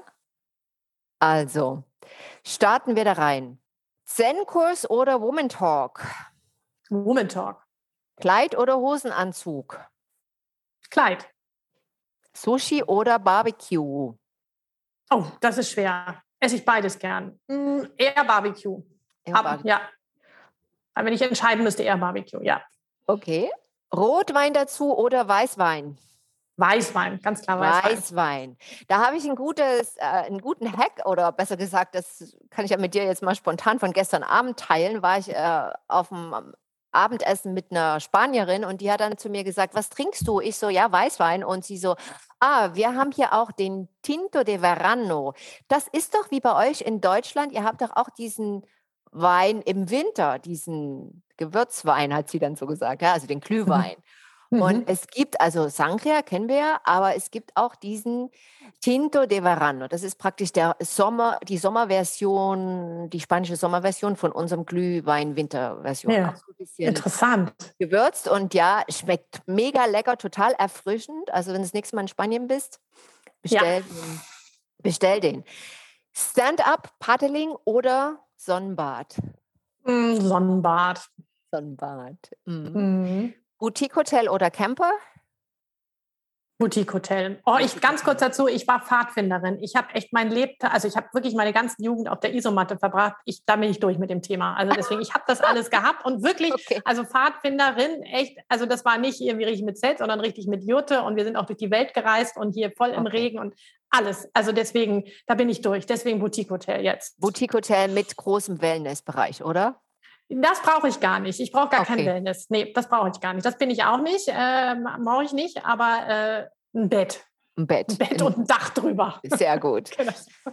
Also, starten wir da rein. Zen-Kurs oder Woman Talk? Woman Talk. Kleid oder Hosenanzug? Kleid. Sushi oder Barbecue? Oh, das ist schwer. Esse ich beides gern. Mm, eher Barbecue. Eher Aber, Barbecue. ja. Aber wenn ich entscheiden müsste, eher Barbecue, ja. Okay. Rotwein dazu oder Weißwein? Weißwein, ganz klar Weißwein. Weißwein. Da habe ich ein gutes, äh, einen guten Hack oder besser gesagt, das kann ich ja mit dir jetzt mal spontan von gestern Abend teilen, war ich äh, auf dem Abendessen mit einer Spanierin und die hat dann zu mir gesagt, was trinkst du? Ich so, ja, Weißwein. Und sie so, ah, wir haben hier auch den Tinto de Verano. Das ist doch wie bei euch in Deutschland, ihr habt doch auch diesen Wein im Winter, diesen Gewürzwein, hat sie dann so gesagt, ja, also den Glühwein. Mhm. Und es gibt, also Sangria kennen wir ja, aber es gibt auch diesen Tinto de Verano. Das ist praktisch der Sommer, die Sommerversion, die spanische Sommerversion von unserem Glühwein-Winterversion. Ja, auch so ein bisschen interessant. Gewürzt und ja, schmeckt mega lecker, total erfrischend. Also wenn du das nächste Mal in Spanien bist, bestell, ja. den, bestell den. Stand-up, Paddling oder Sonnenbad? Mm, Sonnenbad. Sonnenbad. Mhm. Mhm. Boutique-Hotel oder Camper? Boutique-Hotel. Oh, ich ganz kurz dazu, ich war Pfadfinderin. Ich habe echt mein Leben, also ich habe wirklich meine ganze Jugend auf der Isomatte verbracht. Ich, da bin ich durch mit dem Thema. Also deswegen, ich habe das alles gehabt und wirklich, okay. Also Pfadfinderin, echt, also das war nicht irgendwie richtig mit Zelt, sondern richtig mit Jurte und wir sind auch durch die Welt gereist und hier voll im okay. Regen und alles. Also deswegen, da bin ich durch. Deswegen Boutique-Hotel jetzt. Boutique-Hotel mit großem Wellnessbereich, oder? Das brauche ich gar nicht. Ich brauche gar okay. kein Wellness. Nee, das brauche ich gar nicht. Das bin ich auch nicht. Äh, brauche ich nicht, aber äh, ein Bett. Ein Bett. Ein Bett und ein Dach drüber. Sehr gut. Genau.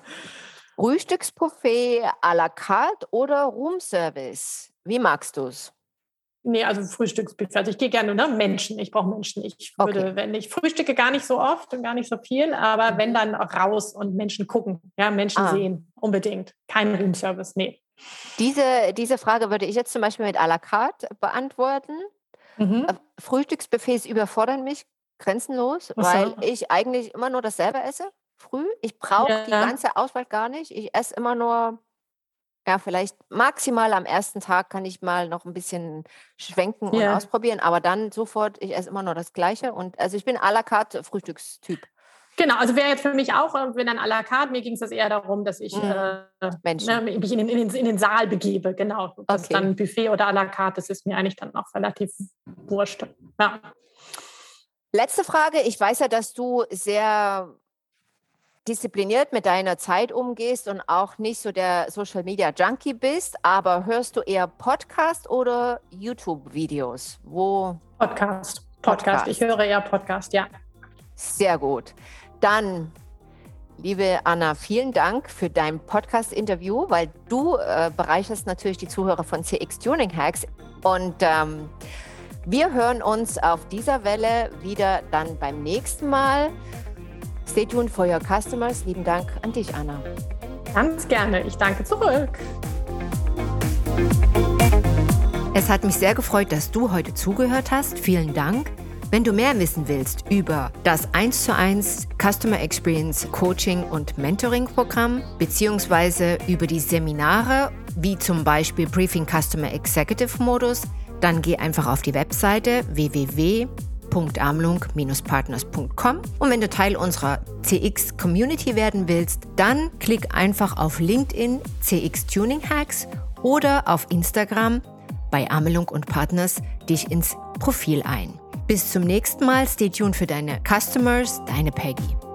Frühstücksbuffet à la carte oder Roomservice? Wie magst du es? Nee, also Frühstücksbuffet. Also ich gehe gerne, ne? Menschen. Ich brauche Menschen. Ich würde, okay. wenn ich frühstücke gar nicht so oft und gar nicht so viel, aber mhm. wenn dann raus und Menschen gucken, ja, Menschen ah. sehen, unbedingt. Kein Roomservice, nee. Diese, diese Frage würde ich jetzt zum Beispiel mit à la carte beantworten. Mhm. Frühstücksbuffets überfordern mich grenzenlos, so. Weil ich eigentlich immer nur dasselbe esse, früh. Ich brauche ja. die ganze Auswahl gar nicht. Ich esse immer nur, ja, vielleicht maximal am ersten Tag kann ich mal noch ein bisschen schwenken ja. und ausprobieren, aber dann sofort, ich esse immer nur das Gleiche. Und also ich bin à la carte Frühstückstyp. Genau, also wäre jetzt für mich auch, wenn dann à la carte, mir ging es das eher darum, dass ich mhm. äh, ne, mich in den, in, den, in den Saal begebe, genau. Das okay. dann Buffet oder à la carte, das ist mir eigentlich dann auch relativ wurscht. Ja. Letzte Frage, ich weiß ja, dass du sehr diszipliniert mit deiner Zeit umgehst und auch nicht so der Social Media Junkie bist, aber hörst du eher Podcast oder YouTube-Videos? Wo? Podcast. Podcast. Ich höre eher Podcast, ja. Sehr gut. Dann, liebe Anna, vielen Dank für dein Podcast-Interview, weil du äh, bereicherst natürlich die Zuhörer von C X Tuning Hacks. Und ähm, wir hören uns auf dieser Welle wieder dann beim nächsten Mal. Stay tuned for your customers. Lieben Dank an dich, Anna. Ganz gerne. Ich danke zurück. Es hat mich sehr gefreut, dass du heute zugehört hast. Vielen Dank. Wenn du mehr wissen willst über das eins zu eins Customer Experience Coaching und Mentoring Programm beziehungsweise über die Seminare, wie zum Beispiel Briefing Customer Executive Modus, dann geh einfach auf die Webseite w w w punkt amelung Bindestrich partners punkt com und wenn du Teil unserer C X Community werden willst, dann klick einfach auf LinkedIn C X Tuning Hacks oder auf Instagram bei Amelung und Partners dich ins Profil ein. Bis zum nächsten Mal, stay tuned für deine Customers, deine Peggy.